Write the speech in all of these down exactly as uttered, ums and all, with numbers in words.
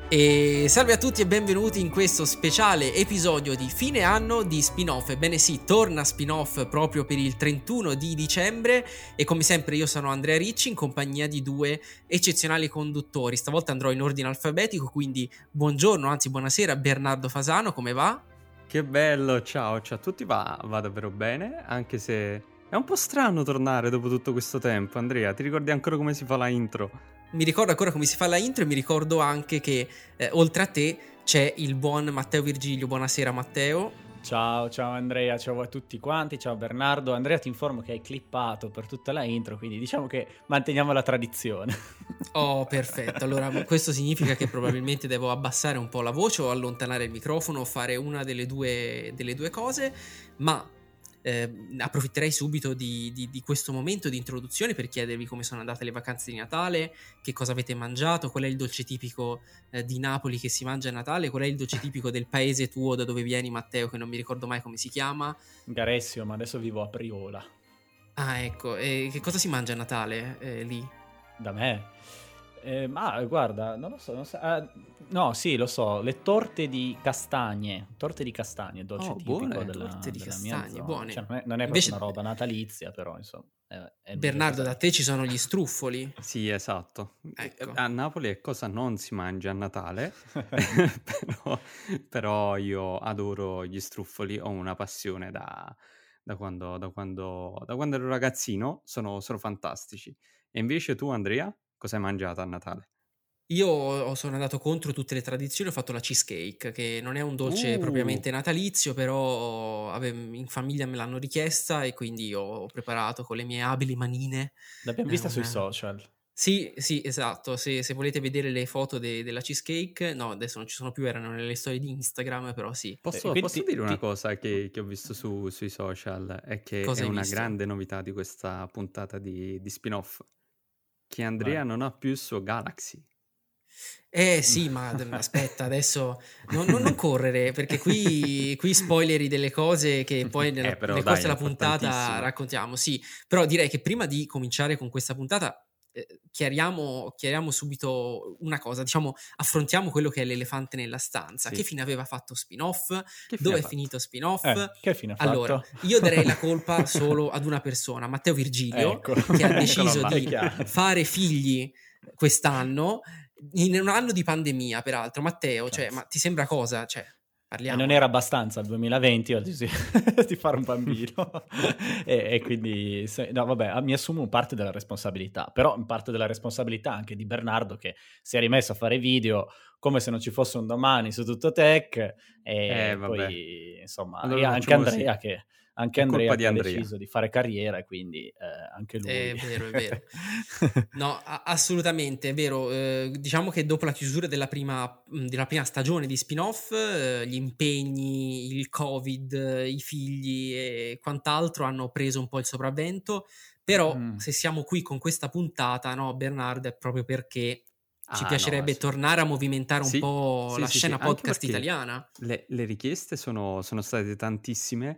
E salve a tutti e benvenuti in questo speciale episodio di fine anno di spin-off. Ebbene sì, torna spin-off proprio per il trentuno di dicembre e come sempre io sono Andrea Ricci in compagnia di due eccezionali conduttori. Stavolta andrò in ordine alfabetico, quindi buongiorno, anzi buonasera Bernardo Fasano, come va? Che bello, ciao, ciao a tutti, va, va davvero bene, anche se è un po' strano tornare dopo tutto questo tempo. Andrea, ti ricordi ancora come si fa la intro? Mi ricordo ancora come si fa la intro e mi ricordo anche che eh, oltre a te c'è il buon Matteo Virgilio. Buonasera Matteo. Ciao, ciao Andrea, ciao a tutti quanti, ciao Bernardo. Andrea, ti informo che hai clippato per tutta la intro, quindi diciamo che manteniamo la tradizione. Oh, perfetto. Allora, questo significa che probabilmente devo abbassare un po' la voce o allontanare il microfono o fare una delle due, delle due cose, ma eh, approfitterei subito di, di, di questo momento di introduzione per chiedervi come sono andate le vacanze di Natale, che cosa avete mangiato, qual è il dolce tipico eh, di Napoli che si mangia a Natale, qual è il dolce tipico del paese tuo da dove vieni, Matteo, che non mi ricordo mai come si chiama. Garessio, ma adesso vivo a Priola. Ah, ecco, e che cosa si mangia a Natale eh, lì? Da me? Eh, ma guarda, non lo so, non so ah, no, sì, lo so, le torte di castagne, torte di castagne, dolce Oh, tipico buone, della, torte di della mia castagne, zona. buone. Cioè, non è, non è Invece, proprio una roba natalizia, però insomma, è, è il meglio Bernardo, che da te ci sono gli struffoli. Sì, esatto. Ecco. A Napoli è cosa non si mangia a Natale, però, però io adoro gli struffoli, ho una passione da, da quando, da quando, da quando ero ragazzino, sono, sono fantastici. E invece tu, Andrea, cosa hai mangiato a Natale? Io sono andato contro tutte le tradizioni, ho fatto la cheesecake, che non è un dolce Uh, propriamente natalizio, però ave- in famiglia me l'hanno richiesta e quindi ho preparato con le mie abili manine L'abbiamo eh, vista sui una... social. Sì, sì, esatto, se, se volete vedere le foto de- della cheesecake, no, adesso non ci sono più, erano nelle storie di Instagram, però sì. E Posso, quindi posso ti, dire una ti- cosa che, che ho visto su- sui social e che è Cosa hai una visto? grande novità di questa puntata di, di spin-off? Che Vai. Andrea non ha più il suo Galaxy. Eh sì, ma d- aspetta, adesso non, non- non correre, perché qui, qui spoileri delle cose che poi nella- Eh, però nel corso dai, è della puntata importantissimo. raccontiamo. Sì, però direi che prima di cominciare con questa puntata, eh, chiariamo, chiariamo subito una cosa, diciamo, affrontiamo quello che è l'elefante nella stanza. Che Sì. fine aveva fatto spin-off? Che fine Dove ha è fatto? finito spin-off? Eh, che fine ha Allora, fatto? io darei la colpa solo ad una persona, Matteo Virgilio, Ecco, che ha Eccolo deciso là. è di chiaro. fare figli quest'anno in un anno di pandemia, peraltro. Matteo, cioè, ma Cazzo. ti sembra cosa? Cioè, E non parliamone. era abbastanza il duemilaventi oggi sì, di fare un bambino. e, e quindi, se- no, vabbè, mi assumo parte della responsabilità, però in parte della responsabilità anche di Bernardo che si è rimesso a fare video come se non ci fosse un domani su tutto tech Eh, e vabbè. poi, insomma, e Allora anche facciamo così. Andrea che, anche È colpa Andrea di che ha Andrea. deciso di fare carriera e quindi eh, anche lui. È vero, è vero. No, a- assolutamente, è vero. Eh, diciamo che dopo la chiusura della prima, mh, della prima stagione di spin-off, eh, gli impegni, il Covid, eh, i figli e quant'altro hanno preso un po' il sopravvento. Però, Mm. se siamo qui con questa puntata, no, Bernardo, è proprio perché ci Ah, no, piacerebbe assolutamente. tornare a movimentare un Sì, po' sì, la sì, sì, scena anche podcast perché italiana. le, le richieste sono, sono state tantissime.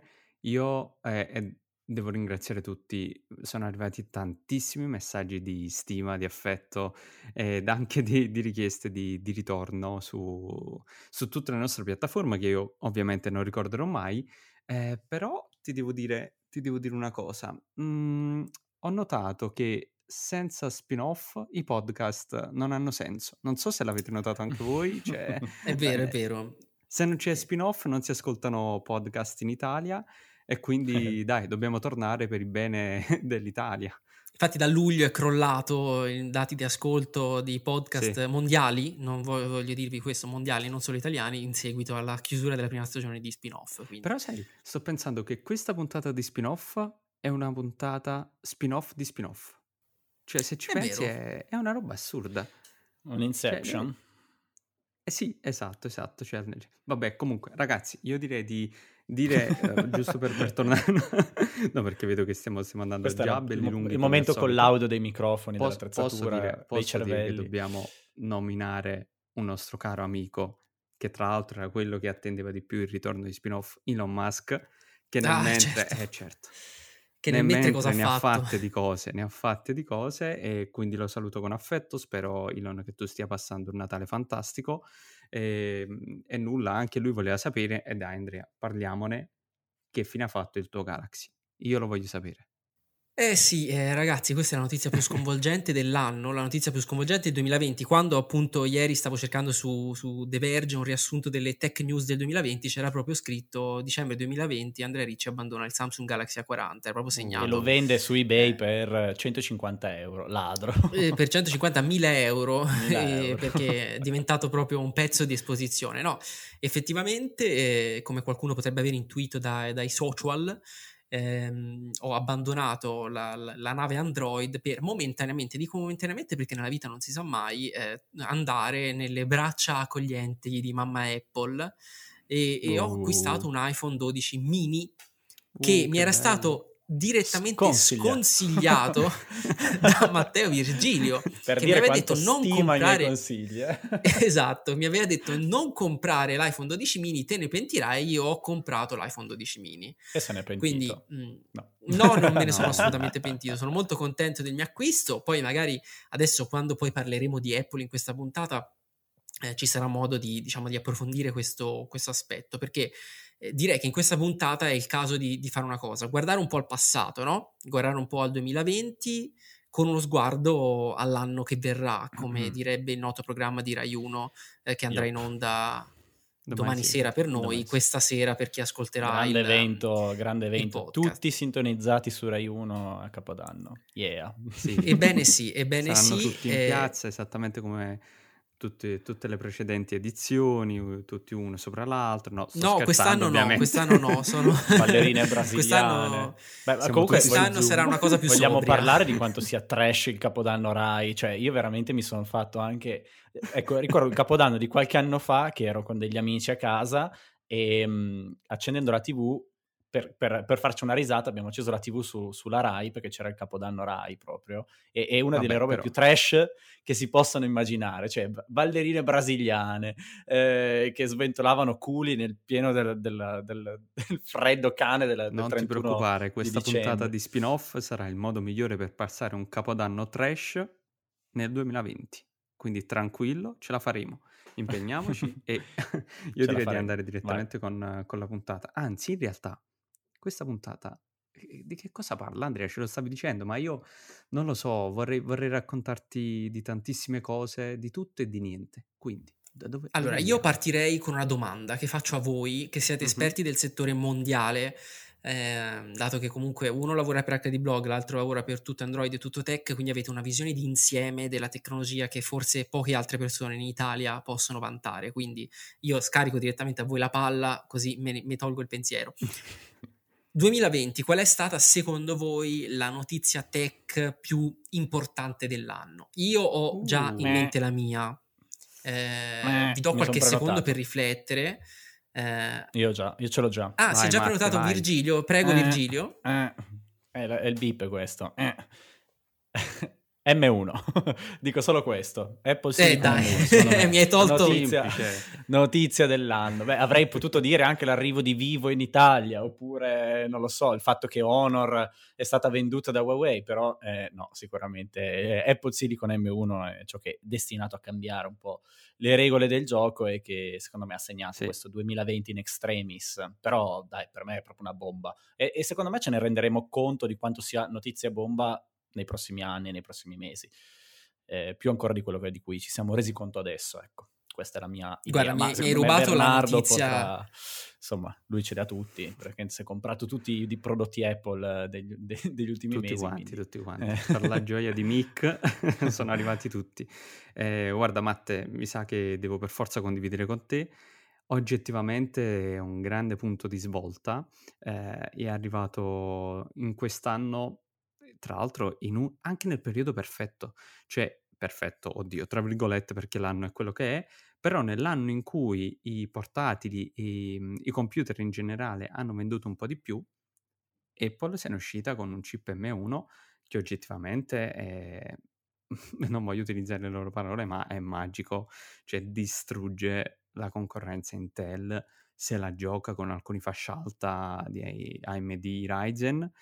Io eh, e devo ringraziare tutti, sono arrivati tantissimi messaggi di stima, di affetto ed anche di, di richieste di, di ritorno su, su tutte le nostre piattaforme che io ovviamente non ricorderò mai, eh, però ti devo dire, ti devo dire una cosa. Mm, ho notato che senza spin-off i podcast non hanno senso. Non so se l'avete notato anche voi, cioè, È vero, è eh, vero. se non c'è Eh, spin-off non si ascoltano podcast in Italia e quindi dai, dobbiamo tornare per il bene dell'Italia. Infatti da luglio è crollato in dati di ascolto di Sì, podcast mondiali, non vo- voglio dirvi questo, mondiali, non solo italiani, in seguito alla chiusura della prima stagione di spin-off. Quindi però sai, sto pensando che questa puntata di spin-off è una puntata spin-off di spin-off. Cioè, se ci è pensi vero. è, è una roba assurda. Un Cioè, noi... Inception. Eh sì, esatto, esatto. Cioè, nel- vabbè, comunque, ragazzi, io direi di dire, eh, giusto per, per tornare... no, perché vedo che stiamo, stiamo andando Questo già era il, belli mo- lunghi il come al momento solito. collaudo dei microfoni, Pos- posso dell'attrezzatura, dire, dei posso dire che cervelli. dobbiamo nominare un nostro caro amico, che tra l'altro era quello che attendeva di più il ritorno di spin-off, Elon Musk, che nel Ah, mentre... certo. Eh, certo. che Né nel mentre cosa mentre ha ne ha fatto. fatte di cose, ne ha fatte di cose e quindi lo saluto con affetto. Spero, Elon, che tu stia passando un Natale fantastico. Ehm, e nulla, anche lui voleva sapere, e dai Andrea, parliamone, che fine ha fatto il tuo Galaxy? Io lo voglio sapere. Eh sì, eh, ragazzi, questa è la notizia più sconvolgente dell'anno, la notizia più sconvolgente del duemilaventi, quando appunto ieri stavo cercando su, su The Verge un riassunto delle tech news del duemilaventi, c'era proprio scritto dicembre duemilaventi, Andrea Ricci abbandona il Samsung Galaxy A quaranta, era proprio E lo segnato. Uh, vende su eBay Eh, per centocinquanta euro, ladro. eh, per centocinquantamila euro, mille eh, euro. perché è diventato proprio un pezzo di esposizione. No, effettivamente, eh, come qualcuno potrebbe aver intuito da- dai social, ehm, ho abbandonato la, la- la nave Android per momentaneamente, dico momentaneamente perché nella vita non si sa mai, eh, andare nelle braccia accoglienti di mamma Apple e, e ho acquistato uh, un iPhone dodici mini che uh, mi che era bello. stato direttamente Sconsiglia. sconsigliato da Matteo Virgilio, Per che mi dire aveva quanto detto non stima i miei comprare. consigli. eh. Esatto, mi aveva detto non comprare l'iPhone dodici mini, te ne pentirai. Io ho comprato l'iPhone dodici mini. E se ne è Quindi pentito. mh, No. no, non me ne sono No. assolutamente pentito. Sono molto contento del mio acquisto. Poi magari adesso, quando poi parleremo di Apple in questa puntata, eh, ci sarà modo di, diciamo, di approfondire questo, questo aspetto, perché eh, direi che in questa puntata è il caso di, di fare una cosa, guardare un po' al passato, no? Guardare un po' al duemilaventi con uno sguardo all'anno che verrà, come direbbe il noto programma di Rai uno, eh, che andrà in Yep. onda Domani domani sera. sera per Domani noi, sera. questa sera per chi ascolterà Grande il, evento, grande il evento. podcast. Tutti sintonizzati su Rai uno a Capodanno. Yeah. Sì, Ebbene sì, ebbene saranno sì. tutti in eh, piazza esattamente come tutte, tutte le precedenti edizioni, u- tutti uno sopra l'altro. No, sto No, scherzando quest'anno no, ovviamente. quest'anno no, sono Ballerine brasiliane. quest'anno Beh, ma Siamo comunque tutti su voglio- quest'anno sarà Zoom. una cosa più vogliamo sobria. parlare di quanto sia trash il Capodanno Rai. Cioè, io veramente mi sono fatto anche... Ecco, ricordo il Capodanno di qualche anno fa che ero con degli amici a casa e mh, accendendo la tivù per, per- per farci una risata abbiamo acceso la tivù su- sulla Rai perché c'era il Capodanno Rai proprio e, e una delle Vabbè, robe però più trash che si possano immaginare, cioè b- ballerine brasiliane eh, che sventolavano culi nel pieno del, del- del- del freddo cane del, del non ti trentuno preoccupare, di questa puntata dicembre. di spin-off sarà il modo migliore per passare un capodanno trash nel duemilaventi. Quindi tranquillo, ce la faremo. Impegniamoci e io Ce la direi di faremo, andare vai. direttamente con, con la puntata. Anzi, in realtà, questa puntata eh, di che cosa parla, Andrea? Ce lo stavi dicendo, ma io non lo so, vorrei, vorrei raccontarti di tantissime cose, di tutto e di niente. Quindi, da dove, dove Allora, io andiamo? partirei con una domanda che faccio a voi, che siete Mhm. esperti del settore mondiale, ehm, dato che comunque uno lavora per acca di Blog, l'altro lavora per tutto Android e tutto tech, quindi avete una visione di insieme della tecnologia che forse poche altre persone in Italia possono vantare. Quindi io scarico direttamente a voi la palla, così me ne- mi tolgo il pensiero. duemilaventi, qual è stata secondo voi la notizia tech più importante dell'anno? Io ho già in Uh. Meh, mente la mia. Eh, meh, vi do mi sono qualche secondo per prenotato. riflettere. Eh, Io già, io ce l'ho già. ah, si è Vai già Matte, prenotato vai. Virgilio? Prego Eh, Virgilio. eh, è, la- è il beep questo. Eh. M uno, dico solo questo. Apple Eh Silicon dai, M uno, secondo mi me. hai tolto... Notizia, Semplice. notizia dell'anno. Beh, avrei potuto dire anche l'arrivo di Vivo in Italia, oppure, non lo so, il fatto che Honor è stata venduta da Huawei, però eh, no, sicuramente eh, Apple Silicon M uno è ciò che è destinato a cambiare un po' le regole del gioco e che secondo me ha segnato Sì. questo duemilaventi in extremis. Però dai, per me è proprio una bomba. E, e secondo me ce ne renderemo conto di quanto sia notizia bomba nei prossimi anni, nei prossimi mesi, eh, più ancora di quello che, di cui ci siamo resi conto adesso, ecco. Questa è la mia Guarda, idea, mi, ma mi hai secondo me rubato la Bernardo notizia... potrà, insomma, lui ce li ha tutti, perché si è comprato tutti i prodotti Apple degli, de, degli ultimi Tutti mesi. quanti, Quindi. tutti quanti. Eh. Per la gioia di Mick sono arrivati tutti. Eh, guarda Matte, mi sa che devo per forza condividere con te. Oggettivamente è un grande punto di svolta. Eh, è arrivato in quest'anno, tra l'altro, in un- anche nel periodo perfetto. Cioè, perfetto, oddio, tra virgolette, perché l'anno è quello che è, però nell'anno in cui i portatili, i, i computer in generale hanno venduto un po' di più, Apple se n'è uscita con un chip M uno che oggettivamente è non voglio utilizzare le loro parole, ma è magico, cioè distrugge la concorrenza Intel, se la gioca con alcuni fascia alta di A M D Ryzen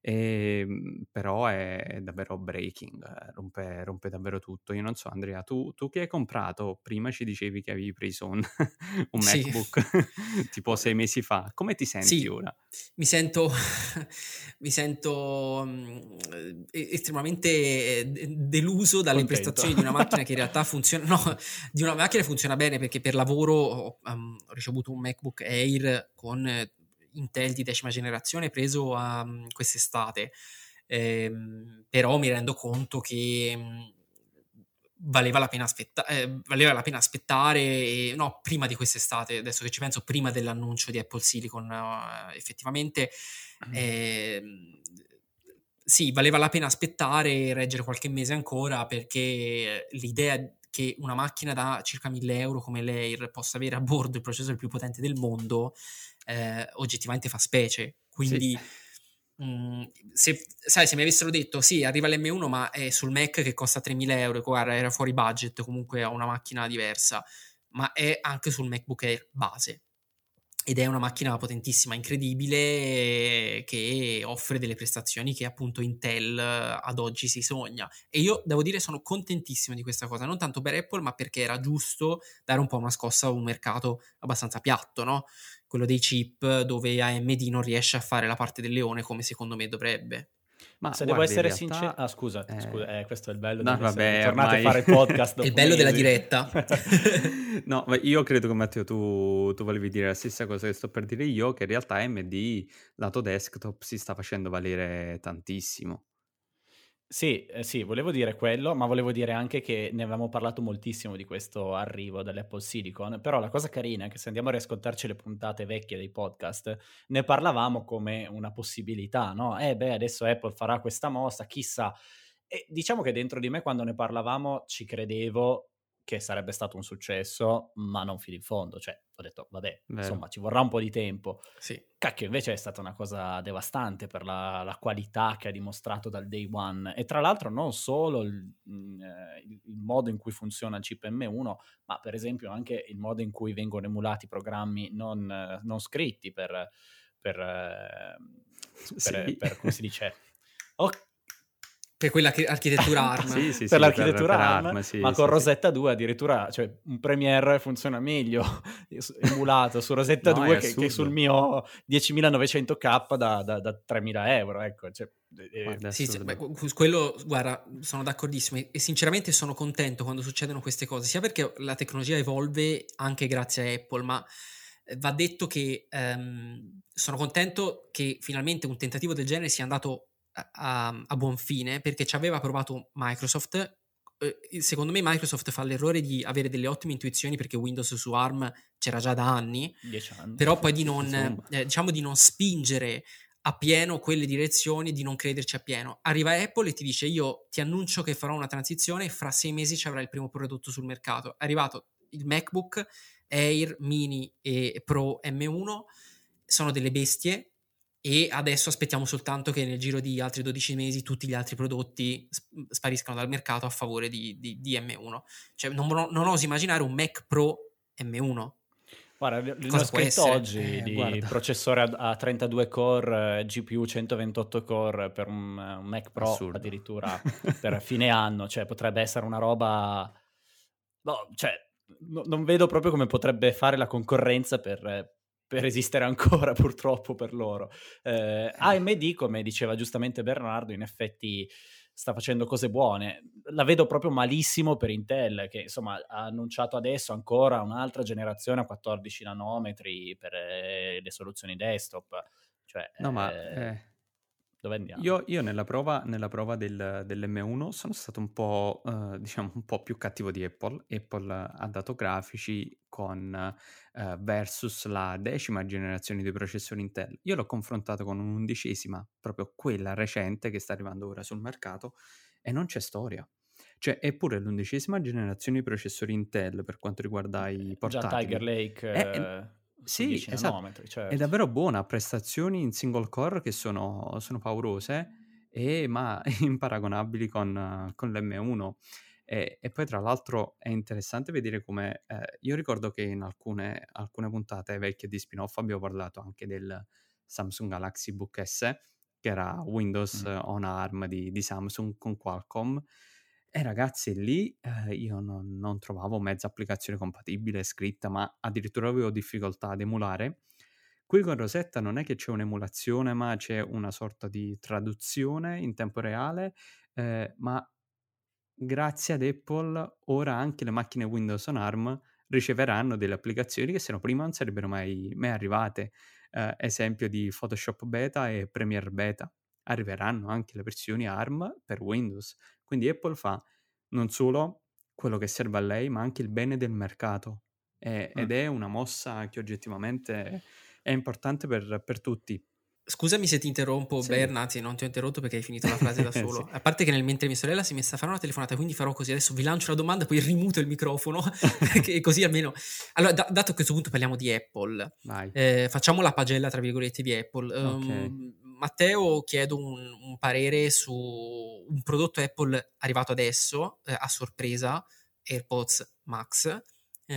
Ehm, però è, è davvero breaking, eh, rompe, rompe davvero tutto. Io non so, Andrea, tu, tu che hai comprato? Prima ci dicevi che avevi preso un, un Sì. MacBook tipo sei mesi fa. Come ti senti Sì, ora? mi sento, mi sento mm, eh, estremamente eh, de- deluso dalle Contento. prestazioni di una macchina che in realtà funziona, no, di una macchina che funziona bene, perché per lavoro ho, um, ho ricevuto un MacBook Air con eh, Intel di decima generazione preso um, quest'estate. Ehm, però mi rendo conto che mh, valeva la pena aspettare, eh, valeva la pena aspettare, e, no, prima di quest'estate, adesso che ci penso, prima dell'annuncio di Apple Silicon, eh, effettivamente, ehm, sì, valeva la pena aspettare e reggere qualche mese ancora, perché l'idea che una macchina da circa mille euro come l'Air possa avere a bordo il processore più potente del mondo, eh, oggettivamente fa specie. Sì. Quindi, mh, se, sai, se mi avessero detto sì, arriva l'M uno, ma è sul Mac che costa tremila euro, guarda, era fuori budget, comunque ha una macchina diversa, ma è anche sul MacBook Air base. Ed è una macchina potentissima, incredibile, che offre delle prestazioni che appunto Intel ad oggi si sogna. E io devo dire sono contentissimo di questa cosa, non tanto per Apple, ma perché era giusto dare un po' una scossa a un mercato abbastanza piatto, no? Quello dei chip, dove A M D non riesce a fare la parte del leone come secondo me dovrebbe. Ma Se devo guarda, in essere realtà... sincero... Ah, scusa, scusa, eh, eh, questo è il bello No, dell'essere vabbè, tornati a ormai... fare il podcast È il dopo bello della mesi. diretta. No, ma io credo che Matteo tu, tu volevi dire la stessa cosa che sto per dire io, che in realtà A M D lato desktop si sta facendo valere tantissimo. Sì, eh, sì, volevo dire quello, ma volevo dire anche che ne avevamo parlato moltissimo di questo arrivo dell'Apple Silicon, però la cosa carina è che se andiamo a riascoltarci le puntate vecchie dei podcast, ne parlavamo come una possibilità, no? Eh beh, adesso Apple farà questa mossa, chissà. E diciamo che dentro di me quando ne parlavamo ci credevo che sarebbe stato un successo, ma non fino in fondo, cioè ho detto, vabbè, Vero. insomma, ci vorrà un po' di tempo. Sì. Cacchio, invece è stata una cosa devastante per la, la qualità che ha dimostrato dal day one. E tra l'altro non solo il, mh, eh, il- il modo in cui funziona il chip M uno, ma per esempio anche il modo in cui vengono emulati programmi non, eh, non scritti per, per, eh, per, Sì. per- come si dice? Oh, Per quella che- architettura ARM. Sì, sì, per sì, l'architettura per ARM, ARM, sì, ma con sì, sì. Rosetta due addirittura, cioè un Premiere funziona meglio emulato su Rosetta No, è due che, che sul assurdo. mio diecimilanovecento K da, da, da tremila euro, ecco. Cioè, eh, Guarda, è Sì, sì, beh, assurdo. su quello, guarda, sono d'accordissimo e, e sinceramente sono contento quando succedono queste cose, sia perché la tecnologia evolve anche grazie a Apple, ma eh, va detto che ehm, sono contento che finalmente un tentativo del genere sia andato a, a- a buon fine, perché ci aveva provato Microsoft. Eh, secondo me Microsoft fa l'errore di avere delle ottime intuizioni, perché Windows su ARM c'era già da anni, dieci anni. però poi di non, Insomma. eh, diciamo di non spingere a pieno quelle direzioni, di non crederci a pieno. Arriva Apple e ti dice: io ti annuncio che farò una transizione e fra sei mesi ci avrai il primo prodotto sul mercato. È arrivato il MacBook Air Mini e Pro M uno, sono delle bestie, e adesso aspettiamo soltanto che nel giro di altri dodici mesi tutti gli altri prodotti sp- spariscano dal mercato a favore di, di, di M uno. Cioè non, non oso immaginare un Mac Pro M uno. Guarda, ne ne ho Cosa può scritto essere? oggi Eh, di guarda. processore a, a trentadue core, eh, G P U centoventotto core per un, un Mac Pro Assurdo. addirittura per fine anno, cioè potrebbe essere una roba... No, cioè, no- non vedo proprio come potrebbe fare la concorrenza per, eh, per esistere ancora, purtroppo per loro. Eh, A M D, come diceva giustamente Bernardo, in effetti sta facendo cose buone. La vedo proprio malissimo per Intel, che insomma ha annunciato adesso ancora un'altra generazione a quattordici nanometri per eh, le soluzioni desktop. Cioè, No, ma eh, eh, dove andiamo? io, io nella prova, nella prova del, dell'M uno sono stato un po', eh, diciamo, un po' più cattivo di Apple. Apple ha dato grafici con eh, versus la decima generazione di processori Intel. Io l'ho confrontato con un'undicesima, proprio quella recente che sta arrivando ora sul mercato, e non c'è storia. Cioè, eppure l'undicesima generazione di processori Intel per quanto riguarda i Già portatili Tiger Lake è, è- eh, su sì, dieci esatto, nanometri, è certo. davvero buona, ha prestazioni in single core che sono, sono paurose, e, ma imparagonabili con, con l'M uno. E, e poi tra l'altro è interessante vedere come, eh, io ricordo che in alcune, alcune puntate vecchie di spin-off abbiamo parlato anche del Samsung Galaxy Book S, che che era Windows Mm. on ARM di, di Samsung con Qualcomm. E ragazzi, lì eh, io non, non trovavo mezza applicazione compatibile scritta, ma addirittura avevo difficoltà ad emulare. Qui con Rosetta non è che c'è un'emulazione, ma c'è una sorta di traduzione in tempo reale, eh, ma grazie ad Apple ora anche le macchine Windows on ARM riceveranno delle applicazioni che se no prima non sarebbero mai, mai arrivate. Eh, esempio di Photoshop Beta e Premiere Beta. Arriveranno anche le versioni ARM per Windows. Quindi Apple fa non solo quello che serve a lei, ma anche il bene del mercato. E- Mm. ed è una mossa che oggettivamente è importante per, per tutti. Scusami se ti interrompo, Sì. Bernat, non ti ho interrotto perché hai finito la frase da solo. Sì. A parte che nel mentre mia sorella si è messa a fare una telefonata, quindi farò così. Adesso vi lancio una domanda, poi rimuto il microfono, perché così almeno... Allora, da- dato che a questo punto parliamo di Apple, Vai. eh, facciamo la pagella, tra virgolette, di Apple. Ok. Um, Matteo, chiedo un, un parere su un prodotto Apple arrivato adesso, eh, a sorpresa, AirPods Max. Eh,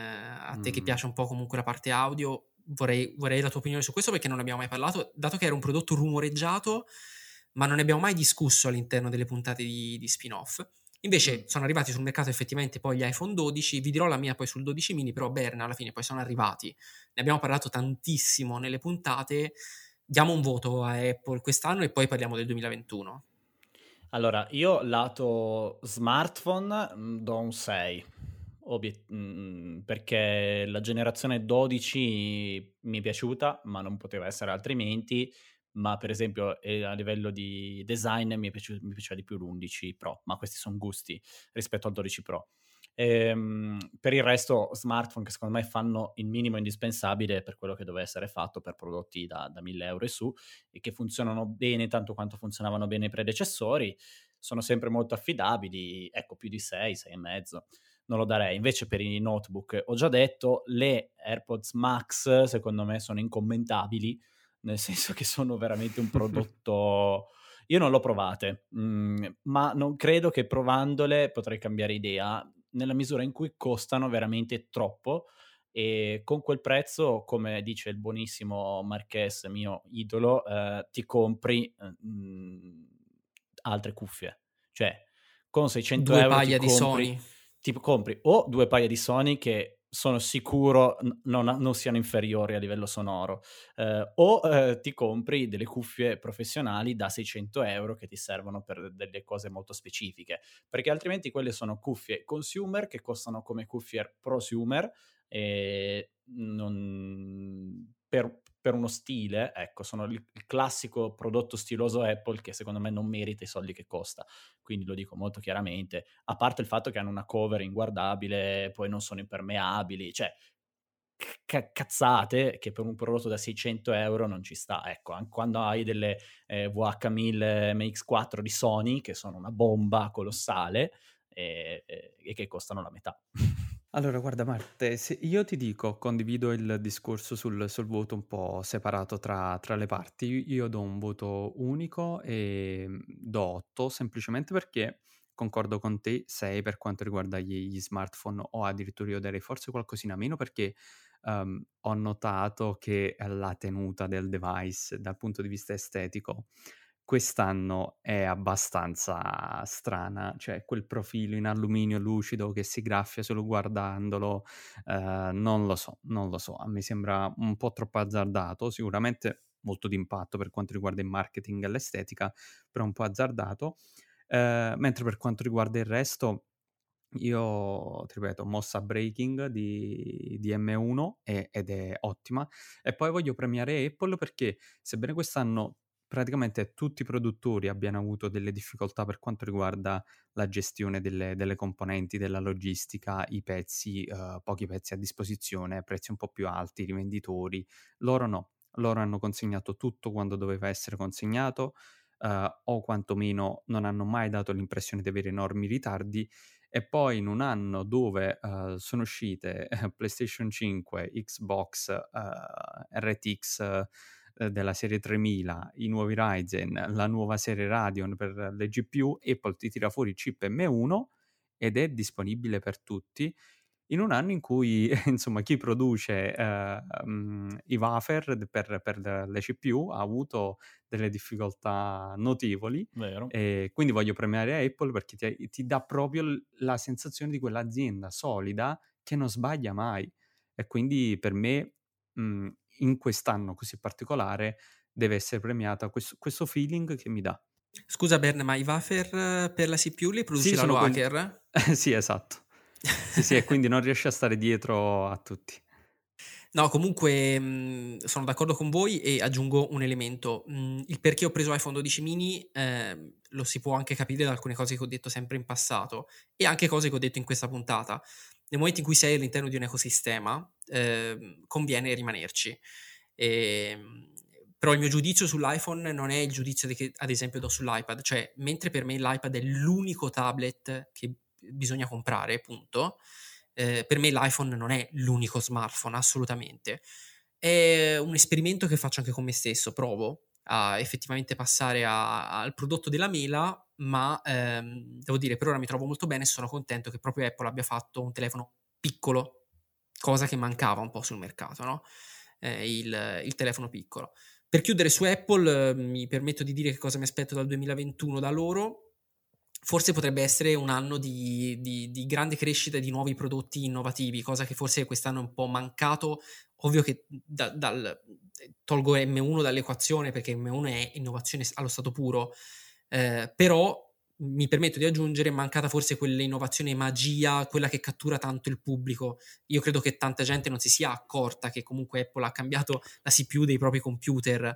a te che Mm. piace un po' comunque la parte audio, vorrei, vorrei la tua opinione su questo perché non ne abbiamo mai parlato, dato che era un prodotto rumoreggiato, ma non ne abbiamo mai discusso all'interno delle puntate di, di spin-off. Invece Mm. sono arrivati sul mercato effettivamente poi gli iPhone dodici, vi dirò la mia poi sul dodici mini, però Berna alla fine poi sono arrivati, ne abbiamo parlato tantissimo nelle puntate, diamo un voto a Apple quest'anno e poi parliamo del duemilaventuno. Allora, io lato smartphone mh, do un sei, obiet- mh, perché la generazione dodici mi è piaciuta, ma non poteva essere altrimenti, ma per esempio eh, a livello di design mi, è piaciu- mi piaceva di più l'undici Pro, ma questi sono gusti rispetto al dodici Pro. Ehm, per il resto smartphone che secondo me fanno il minimo indispensabile per quello che doveva essere fatto per prodotti da, da mille euro e su, e che funzionano bene tanto quanto funzionavano bene i predecessori, sono sempre molto affidabili, ecco più di sei, sei e mezzo non lo darei. Invece per i notebook ho già detto, le AirPods Max secondo me sono incommentabili, nel senso che sono veramente un prodotto... Io non l'ho provate, mh, ma non credo che provandole potrei cambiare idea, nella misura in cui costano veramente troppo, e con quel prezzo, come dice il buonissimo Marques, mio idolo, eh, ti compri eh, mh, altre cuffie. Cioè, con seicento Due euro ti paia di compri, Sony. ti compri o due paia di Sony che sono sicuro n- non, non siano inferiori a livello sonoro, eh, o eh, ti compri delle cuffie professionali da seicento euro che ti servono per delle cose molto specifiche, perché altrimenti quelle sono cuffie consumer che costano come cuffie prosumer, e non... per, per uno stile, ecco, sono il, il classico prodotto stiloso Apple che secondo me non merita i soldi che costa, quindi lo dico molto chiaramente, a parte il fatto che hanno una cover inguardabile, poi non sono impermeabili, cioè c- cazzate che per un prodotto da seicento euro non ci sta, ecco, anche quando hai delle eh, V H mille M X quattro di Sony che sono una bomba colossale e, e- e che costano la metà. Allora, guarda Marte, se io ti dico, condivido il discorso sul, sul voto un po' separato tra, tra le parti, io do un voto unico e mm, do otto, semplicemente perché concordo con te, sei per quanto riguarda gli, gli smartphone, o addirittura io darei forse qualcosina meno perché ehm, ho notato che la tenuta del device dal punto di vista estetico quest'anno è abbastanza strana, cioè quel profilo in alluminio lucido che si graffia solo guardandolo, eh, non lo so, non lo so, a me sembra un po' troppo azzardato, sicuramente molto d'impatto per quanto riguarda il marketing e l'estetica, però un po' azzardato, eh, mentre per quanto riguarda il resto... Io, ti ripeto, mossa breaking di, di M uno e- ed è ottima. E poi voglio premiare Apple perché, sebbene quest'anno praticamente tutti i produttori abbiano avuto delle difficoltà per quanto riguarda la gestione delle, delle componenti, della logistica, i pezzi, eh, pochi pezzi a disposizione, prezzi un po' più alti, rivenditori, loro no. Loro hanno consegnato tutto quando doveva essere consegnato, eh, o quantomeno non hanno mai dato l'impressione di avere enormi ritardi. E poi in un anno dove uh, sono uscite uh, PlayStation cinque, Xbox, uh, R T X uh, della serie tremila, i nuovi Ryzen, la nuova serie Radeon per le G P U, Apple ti tira fuori il chip M uno ed è disponibile per tutti. in un anno in cui insomma chi produce eh, um, i wafer per, per le C P U ha avuto delle difficoltà notevoli. Vero. E quindi voglio premiare Apple perché ti, ti dà proprio la sensazione di quell'azienda solida che non sbaglia mai, e quindi per me mh, in quest'anno così particolare deve essere premiata questo, questo feeling che mi dà. Scusa Bern, ma i wafer per la C P U li produce Sì, la sono quelli... Loaker? Sì, esatto. Sì, sì, e quindi non riesce a stare dietro a tutti. No, comunque mh, sono d'accordo con voi e aggiungo un elemento. Mh, il perché ho preso iPhone dodici mini eh, lo si può anche capire da alcune cose che ho detto sempre in passato e anche cose che ho detto in questa puntata. Nel momento in cui sei all'interno di un ecosistema, eh, conviene rimanerci. E, però il mio giudizio sull'iPhone non è il giudizio che ad esempio do sull'iPad, cioè mentre per me l'iPad è l'unico tablet che bisogna comprare, punto. Eh, per me l'iPhone non è l'unico smartphone, assolutamente. È un esperimento che faccio anche con me stesso, provo a effettivamente passare a, al prodotto della mela, ma ehm, devo dire, per ora mi trovo molto bene e sono contento che proprio Apple abbia fatto un telefono piccolo, cosa che mancava un po' sul mercato, no? Eh, il, il telefono piccolo. Per chiudere su Apple, eh, mi permetto di dire che cosa mi aspetto dal duemilaventuno da loro. Forse potrebbe essere un anno di, di, di grande crescita di nuovi prodotti innovativi, cosa che forse quest'anno è un po' mancato. Ovvio che da, dal, tolgo M uno dall'equazione perché M uno è innovazione allo stato puro, eh, però mi permetto di aggiungere, è mancata forse quell'innovazione magia, quella che cattura tanto il pubblico. Io credo che tanta gente non si sia accorta che comunque Apple ha cambiato la C P U dei propri computer.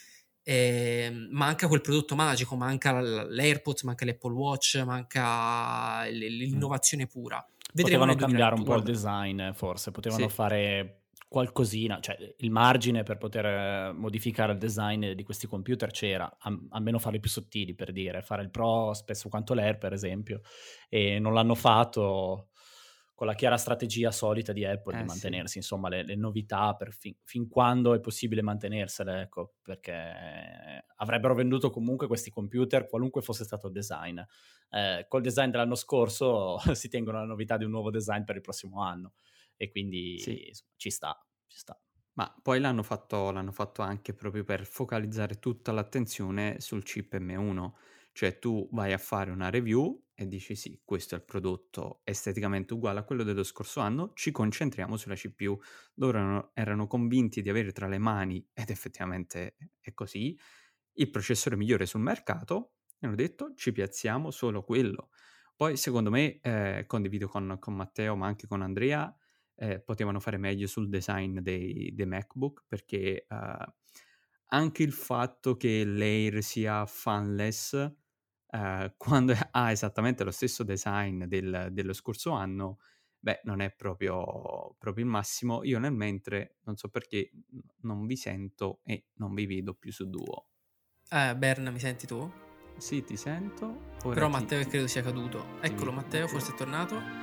Eh, manca quel prodotto magico, manca l'AirPods, manca l'Apple Watch, manca l'innovazione pura. Vedremo Potevano cambiare un po' il duemilaventuno. design, forse potevano Sì. fare qualcosina, cioè il margine per poter modificare il design di questi computer c'era, am- almeno farli più sottili, per dire, fare il Pro spesso quanto l'Air per esempio, e non l'hanno fatto con la chiara strategia solita di Apple Eh, di sì. mantenersi, insomma, le, le novità per fin, fin quando è possibile mantenersele, ecco, perché avrebbero venduto comunque questi computer qualunque fosse stato il design. Eh, col design dell'anno scorso si tengono la novità di un nuovo design per il prossimo anno e quindi Sì. insomma, ci sta, ci sta. Ma poi l'hanno fatto, l'hanno fatto anche proprio per focalizzare tutta l'attenzione sul chip M uno. Cioè tu vai a fare una review e dici sì, questo è il prodotto esteticamente uguale a quello dello scorso anno, ci concentriamo sulla C P U. Loro erano, erano convinti di avere tra le mani, ed effettivamente è così, il processore migliore sul mercato e hanno detto ci piazziamo solo quello. Poi secondo me, eh, condivido con, con Matteo ma anche con Andrea, eh, potevano fare meglio sul design dei, dei MacBook, perché uh, anche il fatto che l'Air sia fanless uh, quando ha esattamente lo stesso design del, dello scorso anno, beh, non è proprio, proprio il massimo. Io nel mentre, non so perché, non vi sento e non vi vedo più su Duo. Eh, Berna, mi senti tu? Sì, ti sento. Ora Però ti, Matteo ti, credo sia caduto. Eccolo, vedo. Matteo, forse è tornato.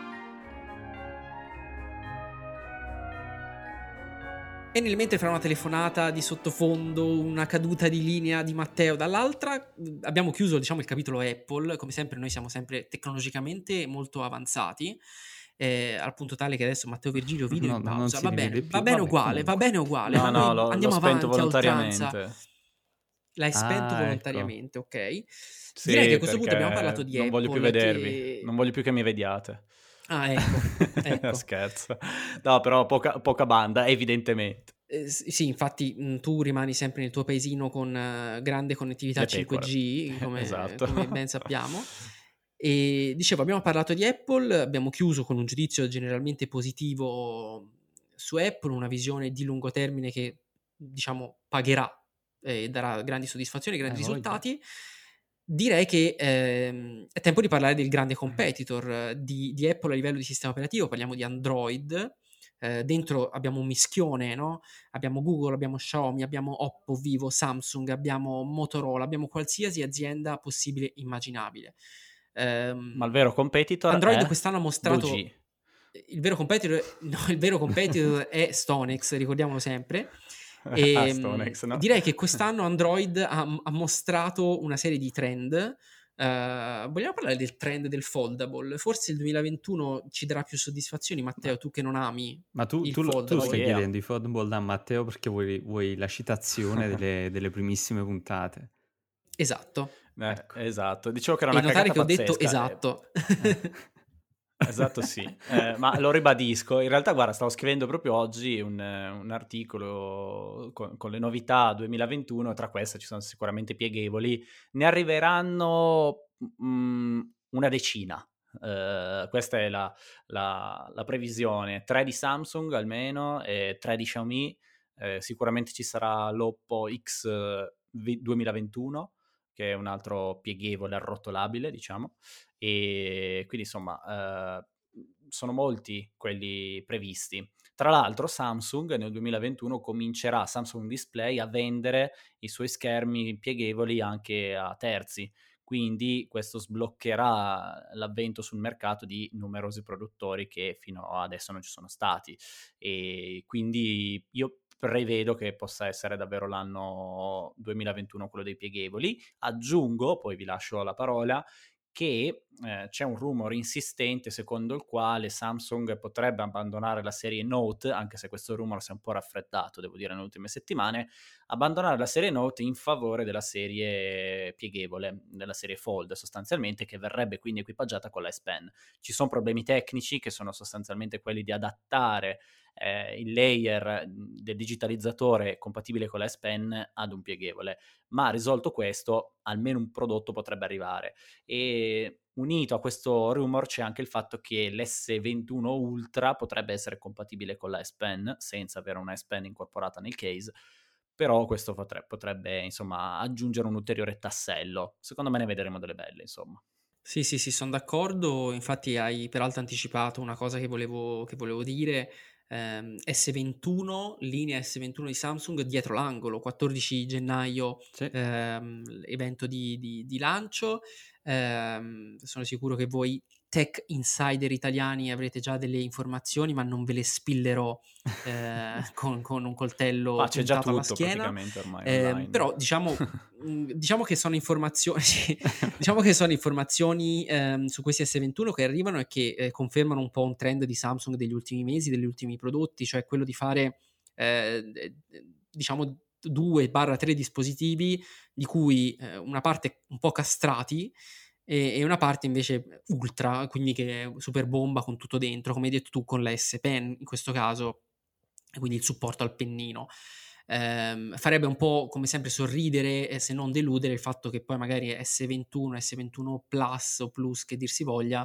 E nel mentre fra una telefonata di sottofondo, una caduta di linea di Matteo dall'altra, abbiamo chiuso, diciamo, il capitolo Apple. Come sempre noi siamo sempre tecnologicamente molto avanzati, eh, al punto tale che adesso Matteo Virgilio video No, in no, non pausa. si Va rivede bene, va più. bene Vabbè, uguale, va comunque. bene uguale, No, ma no, noi l'ho, l'ho andiamo spento avanti a oltranza. volontariamente. L'hai spento Ah, volontariamente, ecco. ok? Direi che Sì, a questo punto abbiamo parlato perché di non voglio più Apple vedervi, che... non voglio più che mi vediate. Ah, ecco, ecco. Scherzo. No, però poca, poca banda, evidentemente. Eh, s- sì, infatti mh, tu rimani sempre nel tuo paesino con eh, grande connettività Le pecore. cinque G, come, Esatto. come ben sappiamo. E dicevo, abbiamo parlato di Apple, abbiamo chiuso con un giudizio generalmente positivo su Apple, una visione di lungo termine che, diciamo, pagherà e darà grandi soddisfazioni, grandi Eh, voglia. risultati. Direi che ehm, è tempo di parlare del grande competitor eh, di, di Apple a livello di sistema operativo, parliamo di Android. Eh, dentro abbiamo un mischione, no? Abbiamo Google, abbiamo Xiaomi, abbiamo Oppo, Vivo, Samsung, abbiamo Motorola, abbiamo qualsiasi azienda possibile e immaginabile. Ehm, Ma il vero competitor Android è quest'anno ha due mostrato G. il vero competitor, no, il vero competitor è Stonex, ricordiamolo sempre. E, Stonex, no? direi che quest'anno Android ha, ha mostrato una serie di trend Uh, vogliamo parlare del trend del foldable? Forse il duemilaventuno ci darà più soddisfazioni, Matteo, Ma, tu che non ami ma tu, il tu, lo- tu Oh foldable. stai yeah. chiedendo i football a Matteo perché vuoi, vuoi la citazione delle, delle primissime puntate. Esatto. Eh, Ecco. esatto, dicevo che era E una notare cagata che ho detto pazzesca. eh. esatto. Eh. Esatto, sì, eh, ma lo ribadisco. In realtà, guarda, stavo scrivendo proprio oggi un, eh, un articolo con, con le novità duemilaventuno. Tra queste ci sono sicuramente pieghevoli, ne arriveranno mm, una decina. Eh, questa è la, la- la previsione: tre di Samsung almeno e tre di Xiaomi. Eh, sicuramente ci sarà l'Oppo X duemilaventuno, che è un altro pieghevole arrotolabile, diciamo. E quindi insomma eh, sono molti quelli previsti. Tra l'altro Samsung nel duemilaventuno comincerà, Samsung Display, a vendere i suoi schermi pieghevoli anche a terzi, quindi questo sbloccherà l'avvento sul mercato di numerosi produttori che fino adesso non ci sono stati, e quindi io prevedo che possa essere davvero l'anno duemilaventuno quello dei pieghevoli. Aggiungo, poi vi lascio la parola, che eh, c'è un rumore insistente secondo il quale Samsung potrebbe abbandonare la serie Note, anche se questo rumore si è un po' raffreddato, devo dire, nelle ultime settimane, abbandonare la serie Note in favore della serie pieghevole, della serie Fold sostanzialmente, che verrebbe quindi equipaggiata con la S Pen. Ci sono problemi tecnici che sono sostanzialmente quelli di adattare eh, il layer del digitalizzatore compatibile con la S Pen ad un pieghevole, ma risolto questo almeno un prodotto potrebbe arrivare. E unito a questo rumor c'è anche il fatto che l'S ventuno Ultra potrebbe essere compatibile con la S Pen senza avere una S Pen incorporata nel case, però questo potrebbe, potrebbe insomma aggiungere un ulteriore tassello. Secondo me ne vedremo delle belle, insomma. Sì, sì, sì, sono d'accordo. Infatti hai peraltro anticipato una cosa che volevo, che volevo dire. Ehm, S ventuno, linea S ventuno di Samsung dietro l'angolo, quattordici gennaio, Sì. ehm, evento di, di- di lancio. Ehm, sono sicuro che voi tech insider italiani avrete già delle informazioni, ma non ve le spillerò eh, con, con un coltello Ma c'è già puntato alla tutto schiena. praticamente ormai Ehm, online. però diciamo, mh, diciamo che sono informazioni, sì, diciamo che sono informazioni ehm, su questi S ventuno che arrivano e che eh, confermano un po' un trend di Samsung degli ultimi mesi, degli ultimi prodotti, cioè quello di fare eh, d- d- diciamo due tre dispositivi di cui eh, una parte un po' castrati e, e una parte invece ultra, quindi che è super bomba con tutto dentro, come hai detto tu con la S Pen in questo caso, e quindi il supporto al pennino. Ehm, farebbe un po' come sempre sorridere, eh, se non deludere, il fatto che poi magari S ventuno, S ventuno Plus o Plus che dir si voglia,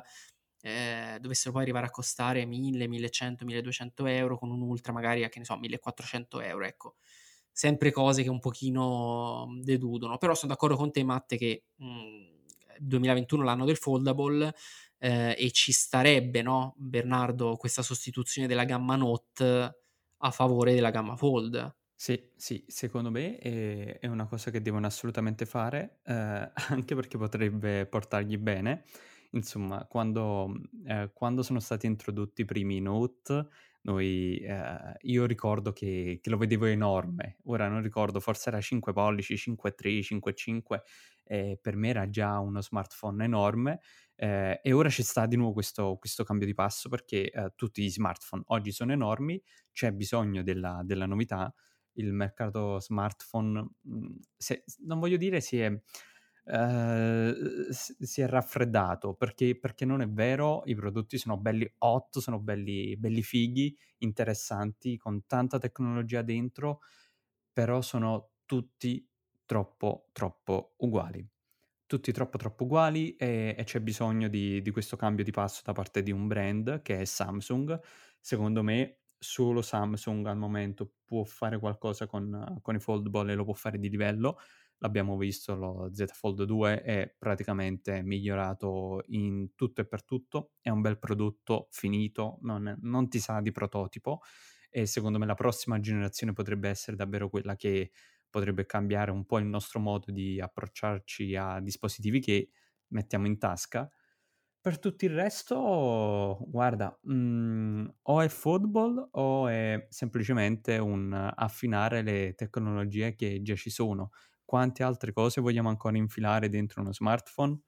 eh, dovessero poi arrivare a costare mille, millecento, milleduecento euro con un Ultra magari a, che ne so, millequattrocento euro, ecco. Sempre cose che un pochino deludono, però sono d'accordo con te, Matte, che mh, duemilaventuno l'anno del foldable, eh, e ci starebbe, no, Bernardo, questa sostituzione della gamma Note a favore della gamma Fold. Sì, sì, secondo me è, è una cosa che devono assolutamente fare, eh, anche perché potrebbe portargli bene. Insomma, quando, eh, quando sono stati introdotti i primi Note, noi, eh, io ricordo che, che lo vedevo enorme. Ora non ricordo, forse era cinque pollici, cinque virgola tre, cinque virgola cinque, e per me era già uno smartphone enorme. Eh, e ora ci sta di nuovo questo, questo cambio di passo perché eh, tutti gli smartphone oggi sono enormi, c'è bisogno della, della novità. Il mercato smartphone, mh, se- non voglio dire si è, eh, s- si è raffreddato, perché, perché non è vero, i prodotti sono belli hot, sono belli, belli fighi, interessanti, con tanta tecnologia dentro, però sono tutti troppo, troppo uguali. Tutti troppo, troppo uguali e, e c'è bisogno di, di questo cambio di passo da parte di un brand che è Samsung. Secondo me solo Samsung al momento può fare qualcosa con, con i foldable e lo può fare di livello. L'abbiamo visto, lo Z Fold due è praticamente migliorato in tutto e per tutto, è un bel prodotto finito, non, non ti sa di prototipo, e secondo me la prossima generazione potrebbe essere davvero quella che potrebbe cambiare un po' il nostro modo di approcciarci a dispositivi che mettiamo in tasca. Per tutto il resto, guarda, mh, o è football o è semplicemente un affinare le tecnologie che già ci sono. Quante altre cose vogliamo ancora infilare dentro uno smartphone?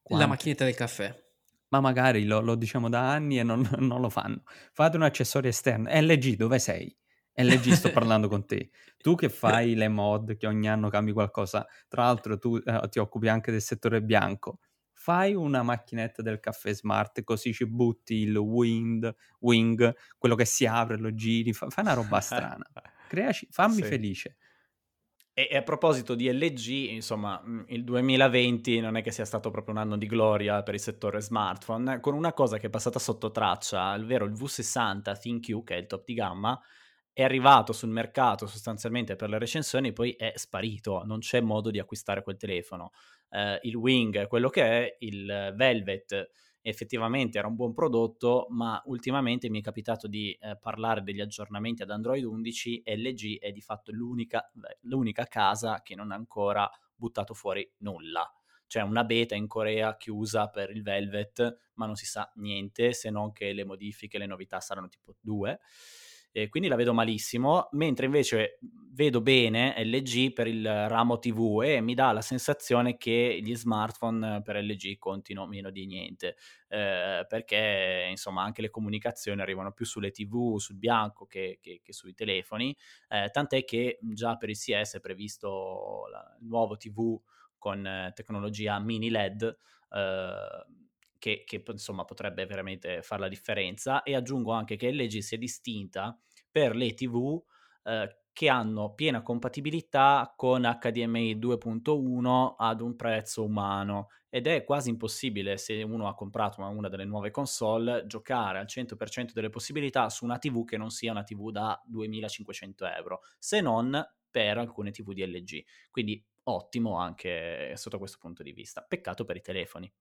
quante. macchinetta del caffè. Ma magari lo, lo diciamo da anni e non, non lo fanno. Fate un accessorio esterno. L G, dove sei? L G, sto parlando con te. Tu che fai le mod, che ogni anno cambi qualcosa, tra l'altro tu eh, ti occupi anche del settore bianco, fai una macchinetta del caffè smart, così ci butti il wind, wing, quello che si apre, lo giri, fa, fai una roba strana. Creaci, fammi Sì. felice. E, e a proposito di L G, insomma, mh, il duemilaventi non è che sia stato proprio un anno di gloria per il settore smartphone, con una cosa che è passata sotto traccia, ovvero il V sessanta ThinQ, che è il top di gamma, è arrivato sul mercato sostanzialmente per le recensioni, poi è sparito, non c'è modo di acquistare quel telefono. Eh, il Wing, quello che è, il Velvet, effettivamente era un buon prodotto, ma ultimamente mi è capitato di eh, parlare degli aggiornamenti ad Android undici e L G è di fatto l'unica, l'unica casa che non ha ancora buttato fuori nulla. C'è una beta in Corea chiusa per il Velvet, ma non si sa niente, se non che le modifiche, le novità saranno tipo due. E quindi la vedo malissimo, mentre invece vedo bene L G per il ramo T V e mi dà la sensazione che gli smartphone per L G contino meno di niente, eh, perché insomma anche le comunicazioni arrivano più sulle T V, sul bianco che, che, che sui telefoni, eh, tant'è che già per il C S è previsto la, il nuovo T V con eh, tecnologia mini L E D, eh, che, che insomma potrebbe veramente fare la differenza. E aggiungo anche che L G si è distinta per le T V eh, che hanno piena compatibilità con H D M I due punto uno ad un prezzo umano, ed è quasi impossibile, se uno ha comprato una, una delle nuove console, giocare al cento per cento delle possibilità su una T V che non sia una T V da duemilacinquecento euro, se non per alcune T V di L G. Quindi ottimo anche sotto questo punto di vista. Peccato per i telefoni.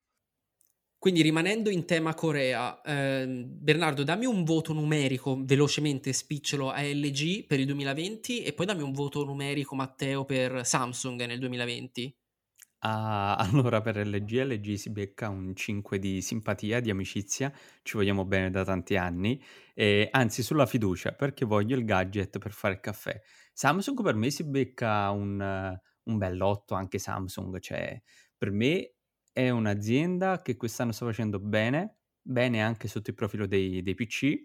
Quindi rimanendo in tema Corea, ehm, Bernardo, dammi un voto numerico velocemente spicciolo a L G per il duemilaventi e poi dammi un voto numerico, Matteo, per Samsung nel duemilaventi. Ah, allora per L G, L G si becca un cinque di simpatia, di amicizia, ci vogliamo bene da tanti anni, e anzi sulla fiducia, perché voglio il gadget per fare il caffè. Samsung per me si becca un, eh, un bell'otto, anche Samsung, cioè per me è un'azienda che quest'anno sta facendo bene, bene anche sotto il profilo dei, dei P C,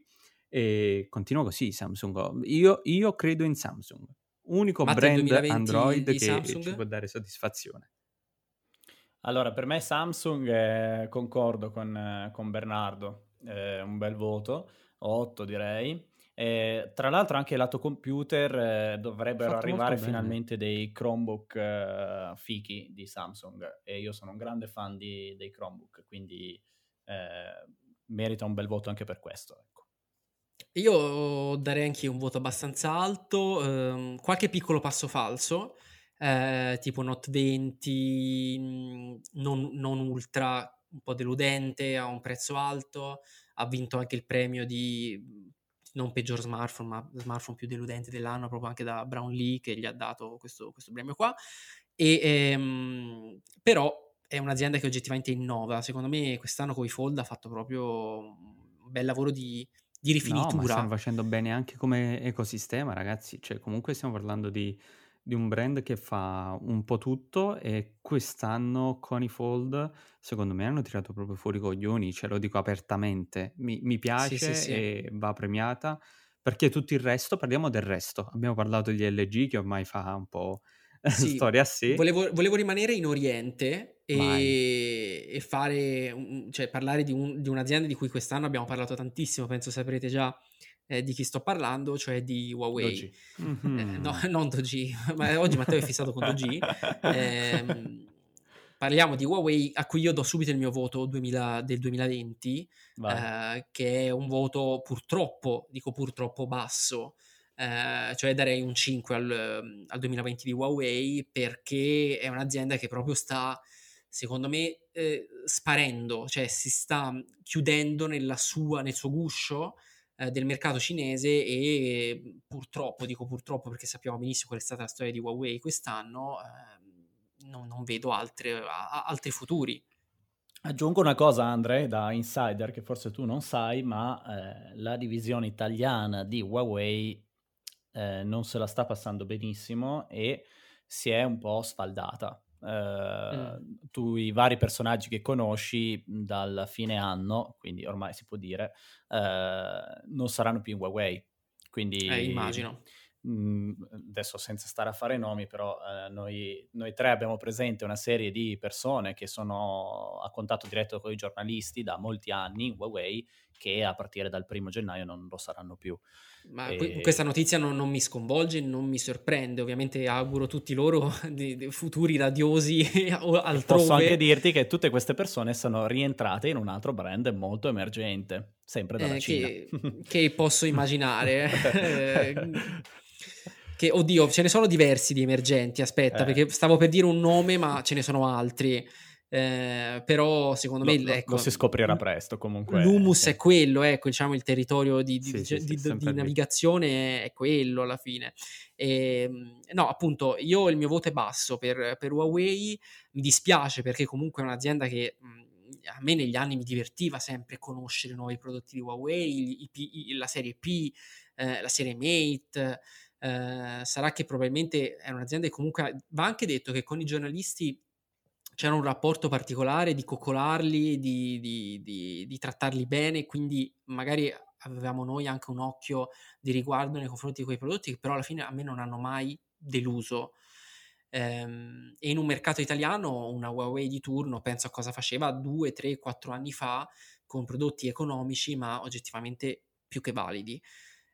e continua così Samsung. Io, io credo in Samsung, unico Matte, il brand duemilaventi Android di che ci può Samsung? dare soddisfazione. Allora, per me Samsung, eh, concordo con, eh, con Bernardo, eh, un bel voto, otto direi. Eh, tra l'altro anche lato computer eh, dovrebbero Fatto molto arrivare bene. finalmente dei Chromebook eh, fichi di Samsung, e io sono un grande fan di- dei Chromebook, quindi eh, merita un bel voto anche per questo. Ecco. Io darei anche un voto abbastanza alto, ehm, qualche piccolo passo falso, eh, tipo Note venti, mh, non, non ultra, un po' deludente, a un prezzo alto, ha vinto anche il premio di mh, non peggior smartphone, ma smartphone più deludente dell'anno, proprio anche da Brownlee che gli ha dato questo, questo premio qua. E, ehm, però è un'azienda che oggettivamente innova. Secondo me quest'anno con i Fold ha fatto proprio un bel lavoro di di No, ma stanno rifinitura. facendo bene anche come ecosistema, ragazzi. Cioè, comunque stiamo parlando di, di un brand che fa un po' tutto e quest'anno con i Fold, secondo me, hanno tirato proprio fuori i coglioni, ce lo dico apertamente. Mi, mi Sì, sì, piace sì. e va premiata perché tutto il resto, parliamo del resto. Abbiamo parlato di L G che ormai fa un po' Sì, storia a sé. volevo, volevo rimanere in Oriente Vai. e, e fare, un- cioè parlare di, un- di un'azienda di cui quest'anno abbiamo parlato tantissimo, penso saprete già eh, di chi sto parlando, cioè di Huawei. Doji. Eh, no, Mhm. non due G, ma oggi Matteo è fissato con due G. Ehm, parliamo di Huawei a cui io do subito il mio voto duemila del duemilaventi, Vai. eh, che è un voto purtroppo, dico purtroppo basso, eh, cioè darei un cinque al, al duemilaventi di Huawei perché è un'azienda che proprio sta, secondo me, eh, sparendo, cioè si sta chiudendo nella sua, nel suo guscio eh, del mercato cinese e purtroppo, dico purtroppo perché sappiamo benissimo qual è stata la storia di Huawei quest'anno, eh, non, non vedo altre, a- altri futuri. Aggiungo una cosa, Andre, da insider, che forse tu non sai, ma eh, la divisione italiana di Huawei eh, non se la sta passando benissimo e si è un po' sfaldata. Uh, Mm. tu i vari personaggi che conosci dal fine anno, quindi ormai si può dire, uh, non saranno più in Huawei. Eh, Quindi immagino. mh, adesso senza stare a fare nomi, però uh, noi, noi tre abbiamo presente una serie di persone che sono a contatto diretto con i giornalisti da molti anni in Huawei, che a partire dal primo gennaio non lo saranno più. Ma que- E... questa notizia non, non mi sconvolge, non mi sorprende. Ovviamente auguro tutti loro di, di futuri radiosi o altrove. Posso anche dirti che tutte queste persone sono rientrate in un altro brand molto emergente, sempre dalla eh, Cina. che, che posso immaginare. eh, che, oddio, ce ne sono diversi di emergenti, aspetta, Eh. perché stavo per dire un nome, ma ce ne sono altri. Eh, però secondo Lo, me lo, ecco, lo si scoprirà presto comunque. l'humus Sì. è quello, ecco, diciamo il territorio di, di, Sì, sì, di, sì, di, di navigazione è quello alla fine. E, no, appunto, io il mio voto è basso per, per Huawei. Mi dispiace perché comunque è un'azienda che mh, a me negli anni mi divertiva sempre conoscere nuovi prodotti di Huawei, i, i, la serie P, eh, la serie Mate. Eh, sarà che probabilmente è un'azienda che comunque va anche detto che con i giornalisti c'era un rapporto particolare di coccolarli, di, di, di, di trattarli bene, quindi magari avevamo noi anche un occhio di riguardo nei confronti di quei prodotti che però alla fine a me non hanno mai deluso. Ehm, e in un mercato italiano una Huawei di turno penso a cosa faceva due, tre, quattro anni fa con prodotti economici ma oggettivamente più che validi.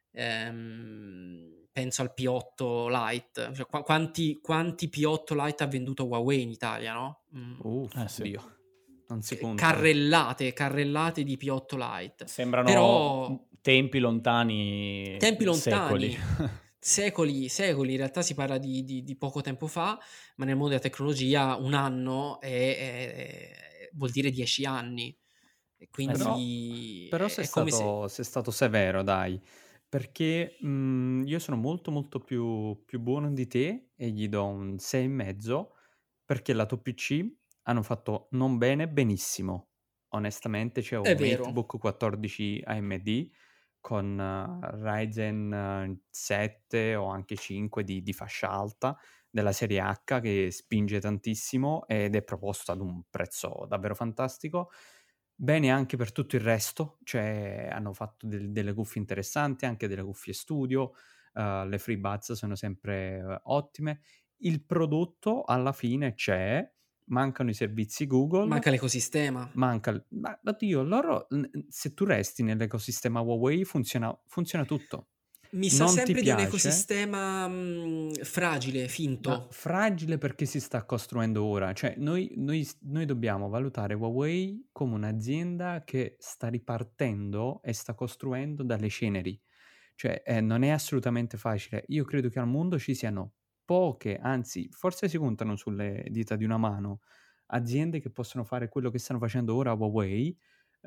Ehm, penso al P otto Lite, cioè, qu- quanti, quanti P otto Lite ha venduto Huawei in Italia, no? Mm. Uff, Eh, sì. Dio, non si Che- contano. carrellate, carrellate di P otto Lite. Sembrano Però tempi lontani, tempi secoli. lontani, secoli, secoli, in realtà si parla di, di- di poco tempo fa, ma nel mondo della tecnologia un anno è- è- è- vuol dire dieci anni. E Eh sì. Però, quindi però è, sei è come se... stato, sei stato severo, dai, perché mh, io sono molto molto più, più buono di te e gli do un sei e mezzo perché lato P C hanno fatto non bene, benissimo. Onestamente c'è È un vero. MateBook quattordici A M D con uh, Ryzen uh, sette o anche cinque di, di fascia alta della serie H che spinge tantissimo ed è proposto ad un prezzo davvero fantastico. Bene anche per tutto il resto, cioè hanno fatto del- delle cuffie interessanti, anche delle cuffie studio, uh, le FreeBuds sono sempre uh, ottime. Il prodotto alla fine c'è, mancano i servizi Google, Manca l'ecosistema. manca... il- Ma oddio, loro, n- se tu resti nell'ecosistema Huawei funziona, funziona tutto. Mi sa Non ti sempre di un piace? ecosistema mh, fragile, Ma finto. fragile perché si sta costruendo ora, cioè noi, noi- noi dobbiamo valutare Huawei come un'azienda che sta ripartendo e sta costruendo dalle ceneri, cioè eh, non è assolutamente facile. Io credo che al mondo ci siano poche, anzi forse si contano sulle dita di una mano, aziende che possono fare quello che stanno facendo ora Huawei.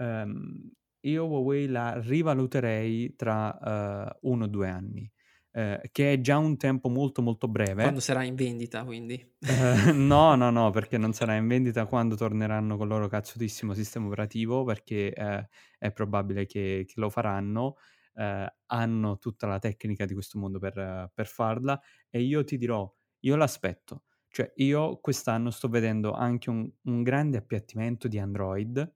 Ehm, io Huawei la rivaluterei tra eh, uno o due anni eh, che è già un tempo molto molto breve. Quando sarà in vendita, quindi. Eh, no, no, no, perché non sarà in vendita quando torneranno con il loro cazzutissimo sistema operativo, perché eh, è probabile che, che lo faranno. Eh, hanno tutta la tecnica di questo mondo per, eh, per farla e io ti dirò, io l'aspetto. Cioè, io quest'anno sto vedendo anche un, un grande appiattimento di Android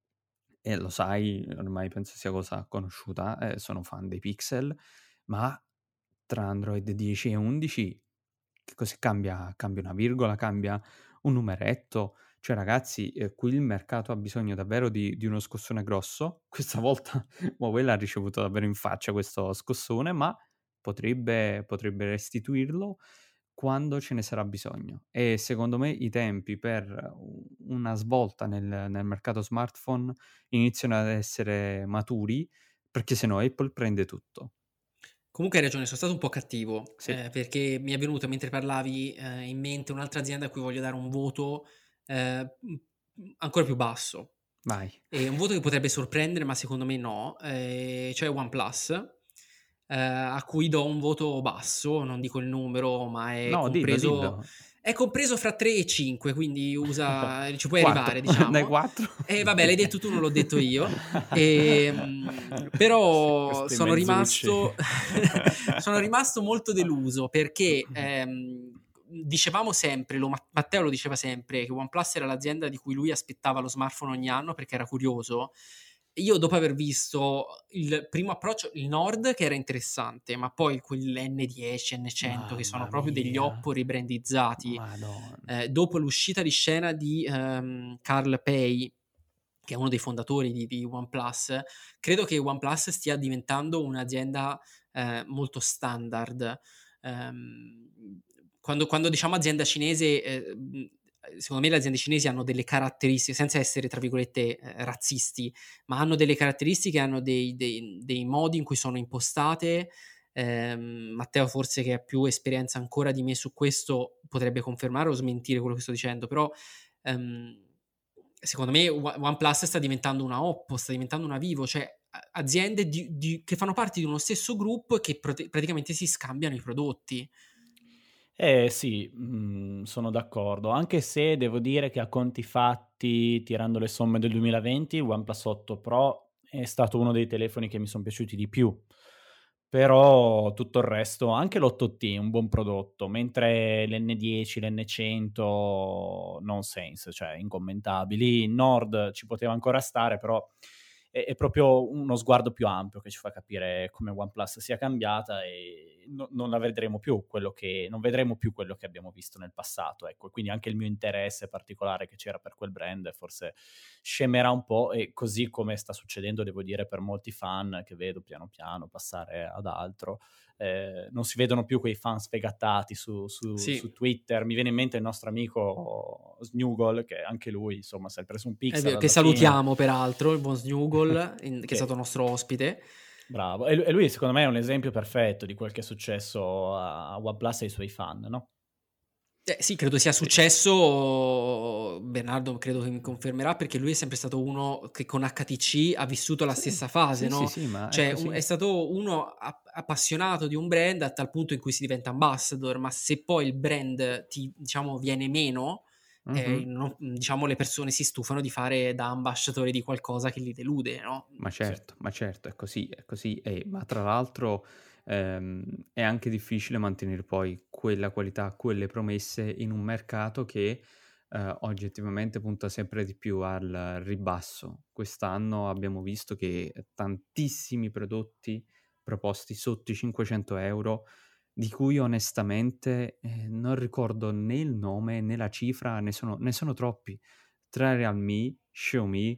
e lo sai, ormai penso sia cosa conosciuta, eh, sono fan dei Pixel, ma tra Android dieci e undici che cosa cambia? Cambia una virgola, cambia un numeretto. Cioè ragazzi, eh, qui il mercato ha bisogno davvero di, di uno scossone grosso. Questa volta Huawei l'ha ricevuto davvero in faccia questo scossone, ma potrebbe, potrebbe restituirlo quando ce ne sarà bisogno. E secondo me i tempi per una svolta nel, nel mercato smartphone iniziano ad essere maturi, perché sennò Apple prende tutto. Comunque hai ragione, sono stato un po' cattivo, Sì. eh, perché mi è venuto mentre parlavi eh, in mente un'altra azienda a cui voglio dare un voto eh, m- ancora più basso. Vai. E un voto che potrebbe sorprendere, ma secondo me no, eh, cioè OnePlus, eh, a cui do un voto basso, non dico il numero, ma è No, dillo, compreso, dillo. è compreso fra tre e cinque, quindi usa, ci puoi Quattro. arrivare, diciamo. Dai quattro. E vabbè, l'hai detto tu, non l'ho detto io. E, mh, però Questi sono mezzucci. rimasto sono rimasto molto deluso perché ehm, dicevamo sempre, lo, Matteo lo diceva sempre, che OnePlus era l'azienda di cui lui aspettava lo smartphone ogni anno perché era curioso. Io dopo aver visto il primo approccio, il Nord, che era interessante, ma poi quell'N dieci, N cento, che sono Mamma proprio degli mia. Oppo ribrandizzati, Madonna. eh, dopo l'uscita di scena di um, Carl Pei, che è uno dei fondatori di, di OnePlus, credo che OnePlus stia diventando un'azienda eh, molto standard. Um, quando, quando diciamo azienda cinese, eh, secondo me le aziende cinesi hanno delle caratteristiche, senza essere tra virgolette eh, razzisti, ma hanno delle caratteristiche, hanno dei, dei, dei modi in cui sono impostate. Eh, Matteo forse, che ha più esperienza ancora di me su questo, potrebbe confermare o smentire quello che sto dicendo, però ehm, secondo me OnePlus sta diventando una Oppo, sta diventando una Vivo, cioè aziende di, di, che fanno parte di uno stesso gruppo e che prote- praticamente si scambiano i prodotti. Eh sì, mh, sono d'accordo, anche se devo dire che a conti fatti, tirando le somme del duemilaventi, il OnePlus otto Pro è stato uno dei telefoni che mi sono piaciuti di più. Però tutto il resto, anche l'otto T è un buon prodotto, mentre l'N dieci, l'N cento, nonsense, cioè incommentabili. Il Nord ci poteva ancora stare, però è, è proprio uno sguardo più ampio che ci fa capire come OnePlus sia cambiata e no, non la vedremo più quello che non vedremo più quello che abbiamo visto nel passato, ecco. Quindi anche il mio interesse particolare che c'era per quel brand forse scemerà un po', e così come sta succedendo, devo dire, per molti fan che vedo piano piano passare ad altro. Eh, non si vedono più quei fan sfegatati su, su, Sì. su Twitter. Mi viene in mente il nostro amico Snugol, che anche lui insomma si è preso un pixel vero, alla che fine. salutiamo peraltro, il buon Snugol, in, che, che è stato nostro ospite. Bravo, e lui secondo me è un esempio perfetto di quel che è successo a OnePlus e ai suoi fan, no? Eh, sì, credo sia successo, Bernardo credo che mi confermerà, perché lui è sempre stato uno che con H T C ha vissuto la Sì, stessa fase, sì, no? sì, sì, ma è Cioè così. un- è stato uno a- appassionato di un brand a tal punto in cui si diventa ambassador, ma se poi il brand ti, diciamo, viene meno, eh, Mhm. non- diciamo, le persone si stufano di fare da ambasciatori di qualcosa che li delude, no? Ma Sì. certo, ma certo, è così, è così. E, ma tra l'altro ehm, è anche difficile mantenere poi quella qualità, quelle promesse in un mercato che eh, oggettivamente punta sempre di più al ribasso. Quest'anno abbiamo visto che tantissimi prodotti proposti sotto i cinquecento euro, di cui onestamente eh, non ricordo né il nome né la cifra, ne sono, ne sono troppi. Tra Realme, Xiaomi,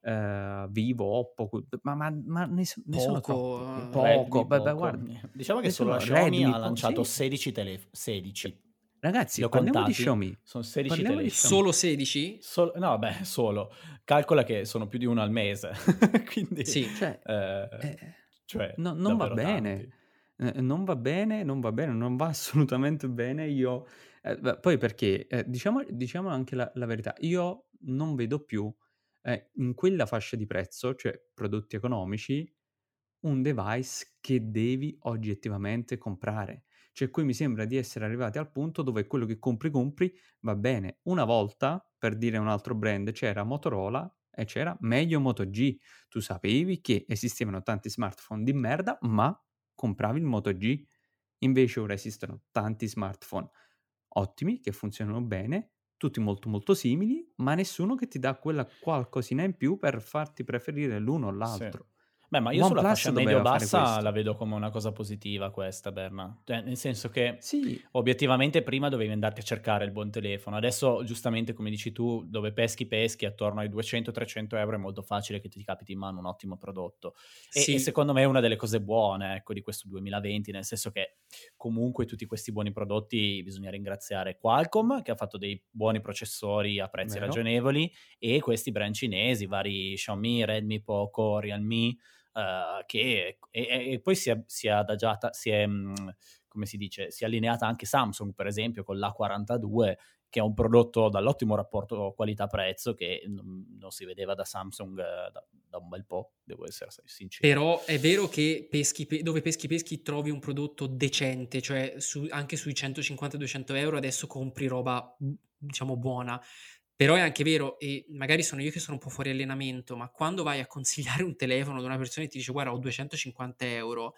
eh, Vivo, Oppo, que- ma, ma, ma ne, so- ne sono Poco, troppi. eh, Poco, Redmi beh, beh, poco. guarda, Diciamo che ne solo la sono Xiaomi Redmi, ha po- lanciato sì. sedici telefoni, sedici. Ragazzi, Li ho parliamo di contati, Xiaomi. sono sedici Parliamo di telefoni. Xiaomi. solo sedici? Sol- no, beh, solo. Calcola che sono più di uno al mese, quindi Sì. Cioè, eh, eh, cioè no- non va davvero bene. tanti. Eh, non va bene, non va bene, non va assolutamente bene. Io, eh, beh, poi perché, eh, diciamo, diciamo anche la, la verità, io non vedo più eh, in quella fascia di prezzo, cioè prodotti economici, un device che devi oggettivamente comprare. Cioè qui mi sembra di essere arrivati al punto dove quello che compri compri va bene. Una volta, per dire un altro brand, c'era Motorola e c'era meglio Moto G. Tu sapevi che esistevano tanti smartphone di merda, ma compravi il Moto G. Invece ora esistono tanti smartphone ottimi, che funzionano bene, tutti molto molto simili, ma nessuno che ti dà quella qualcosina in più per farti preferire l'uno o Sì. l'altro. Beh, ma io sulla OnePlus fascia doveva fare medio-bassa questo. la vedo come una cosa positiva questa, Berna. Cioè, nel senso che Sì, obiettivamente prima dovevi andarti a cercare il buon telefono. Adesso, giustamente, come dici tu, dove peschi peschi, attorno ai duecento trecento euro è molto facile che ti capiti in mano un ottimo prodotto. E, Sì. e secondo me è una delle cose buone, ecco, di questo duemilaventi, nel senso che comunque tutti questi buoni prodotti bisogna ringraziare Qualcomm, che ha fatto dei buoni processori a prezzi vero. ragionevoli, e questi brand cinesi, vari Xiaomi, Redmi, Poco, Realme, Uh, che e, e poi si è, si è adagiata, si è, mh, come si dice, si è allineata anche Samsung, per esempio, con l'A quarantadue, che è un prodotto dall'ottimo rapporto qualità-prezzo che non, non si vedeva da Samsung uh, da, da un bel po', devo essere sincero. Però è vero che peschi, pe- dove peschi peschi trovi un prodotto decente, cioè su- anche sui centocinquanta duecento euro adesso compri roba, diciamo, buona. Però è anche vero, e magari sono io che sono un po' fuori allenamento, ma quando vai a consigliare un telefono ad una persona e ti dice guarda ho duecentocinquanta euro,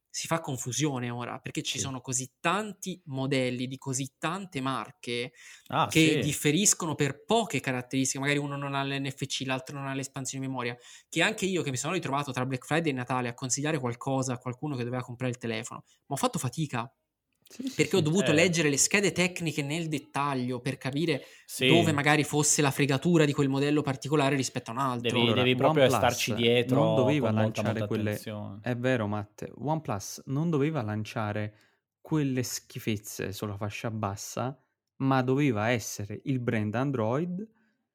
si fa confusione ora, perché ci Sì. sono così tanti modelli di così tante marche Ah, che sì. differiscono per poche caratteristiche, magari uno non ha l'N F C, l'altro non ha l'espansione di memoria, che anche io che mi sono ritrovato tra Black Friday e Natale a consigliare qualcosa a qualcuno che doveva comprare il telefono, ma ho fatto fatica. Sì, sì, Perché ho sì. dovuto Eh. leggere le schede tecniche nel dettaglio per capire Sì. dove magari fosse la fregatura di quel modello particolare rispetto a un altro. Devi, Allora, devi proprio OnePlus starci dietro non doveva con molta, lanciare molta quelle... attenzione. È vero, Matte, OnePlus non doveva lanciare quelle schifezze sulla fascia bassa, ma doveva essere il brand Android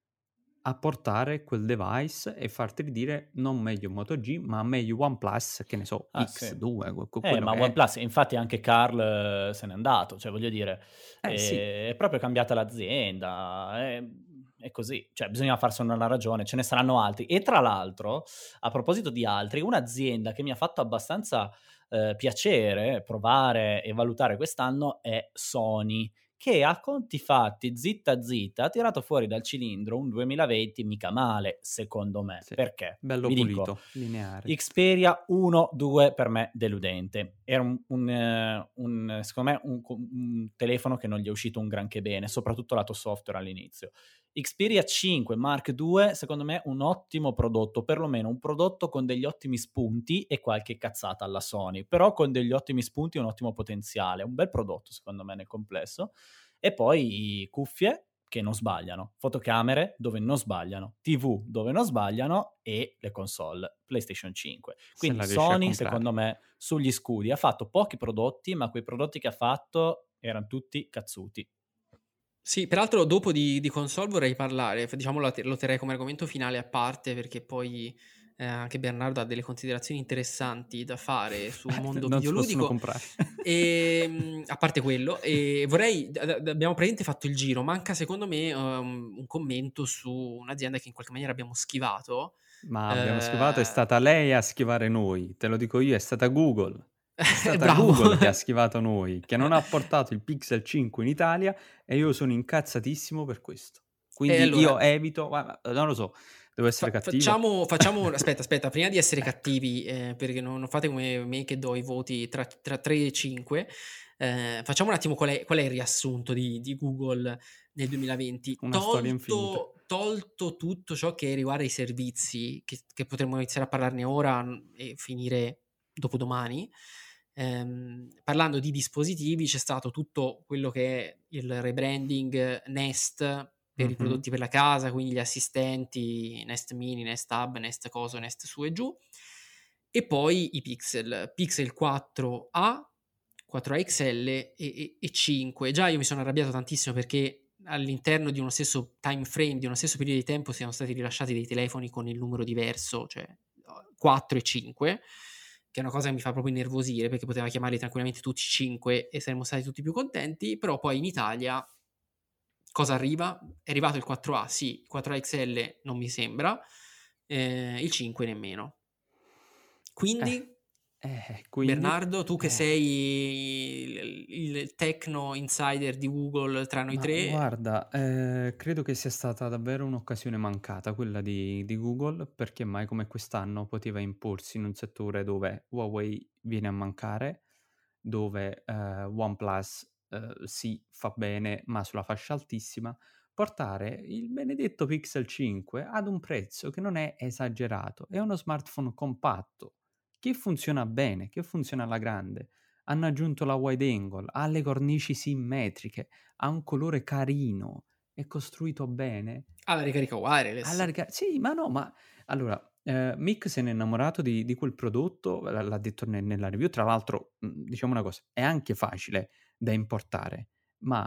a portare quel device e farti dire non meglio Moto G, ma meglio OnePlus, che ne so, Ah, sì. X due, que- que- Eh, quello ma che è. OnePlus, infatti anche Carl eh, se n'è andato, cioè voglio dire, Eh, eh, sì. è proprio cambiata l'azienda, è, è così, cioè bisogna farsene una ragione, ce ne saranno altri. E tra l'altro, a proposito di altri, un'azienda che mi ha fatto abbastanza eh, piacere provare e valutare quest'anno è Sony, che a conti fatti, zitta zitta, ha tirato fuori dal cilindro un duemilaventi mica male, secondo me. Sì. Perché? Bello Vi pulito, dico, lineare. Xperia uno due per me deludente. Era un, un, eh, un, secondo me un, un telefono che non gli è uscito un granché bene, soprattutto lato software all'inizio. Xperia cinque Mark due, secondo me un ottimo prodotto, perlomeno un prodotto con degli ottimi spunti e qualche cazzata alla Sony, però con degli ottimi spunti e un ottimo potenziale, un bel prodotto secondo me nel complesso. E poi cuffie che non sbagliano, fotocamere dove non sbagliano, tivù dove non sbagliano e le console PlayStation cinque. Quindi Se la riesci a Sony, comprare. secondo me, sugli scudi ha fatto pochi prodotti, ma quei prodotti che ha fatto erano tutti cazzuti. Sì, peraltro dopo di, di console vorrei parlare, f- diciamo lo, te- lo terrei come argomento finale a parte perché poi eh, anche Bernardo ha delle considerazioni interessanti da fare sul mondo Non si possono videoludico. comprare. E, mh, a parte quello, e vorrei, d- d- abbiamo praticamente fatto il giro, manca secondo me um, un commento su un'azienda che in qualche maniera abbiamo schivato. Ma abbiamo schivato, è Eh, stata lei a schivare noi, te lo dico io, è stata Google. È stata bravo. Google che ha schivato noi, che non ha portato il Pixel cinque in Italia e io sono incazzatissimo per questo. E Quindi allora, io evito, guarda, non lo so, devo essere Fa- cattivo. facciamo, facciamo, aspetta, aspetta, prima di essere Ecco. cattivi, eh, perché non, non fate come me che do i voti tra, tra tre e cinque, eh, facciamo un attimo qual è, qual è il riassunto di, di Google nel duemilaventi. Una storia infinita. Tolto, tolto tutto ciò che riguarda i servizi, che, che potremmo iniziare a parlarne ora e finire dopodomani. Ehm, parlando di dispositivi, c'è stato tutto quello che è il rebranding Nest per i Mhm. prodotti per la casa, quindi gli assistenti Nest Mini, Nest Hub, Nest Coso, Nest su e giù, e poi i Pixel, Pixel quattro A, quattro A X L e, e, e cinque. Già io mi sono arrabbiato tantissimo perché all'interno di uno stesso time frame, di uno stesso periodo di tempo, siano stati rilasciati dei telefoni con il numero diverso, cioè quattro e cinque, che è una cosa che mi fa proprio innervosire perché poteva chiamarli tranquillamente tutti cinque e saremmo stati tutti più contenti, però poi in Italia cosa arriva? È arrivato il quattro A, sì, il quattro A X L non mi sembra, eh, il cinque nemmeno. Quindi, Eh, eh, quindi Bernardo, tu che eh. sei il, il techno insider di Google tra noi Ma tre, guarda, eh, credo che sia stata davvero un'occasione mancata quella di, di Google, perché mai come quest'anno poteva imporsi in un settore dove Huawei viene a mancare, dove eh, OnePlus eh, sì, fa bene, ma sulla fascia altissima, portare il benedetto Pixel cinque ad un prezzo che non è esagerato. È uno smartphone compatto, che funziona bene, che funziona alla grande. Hanno aggiunto la wide angle, ha le cornici simmetriche, ha un colore carino, è costruito bene. alla ricarica wireless. Alla rica- sì, ma no, ma allora, eh, Mick se n'è innamorato di, di quel prodotto, l- l'ha detto ne- nella review. Tra l'altro, mh, diciamo una cosa, è anche facile da importare, ma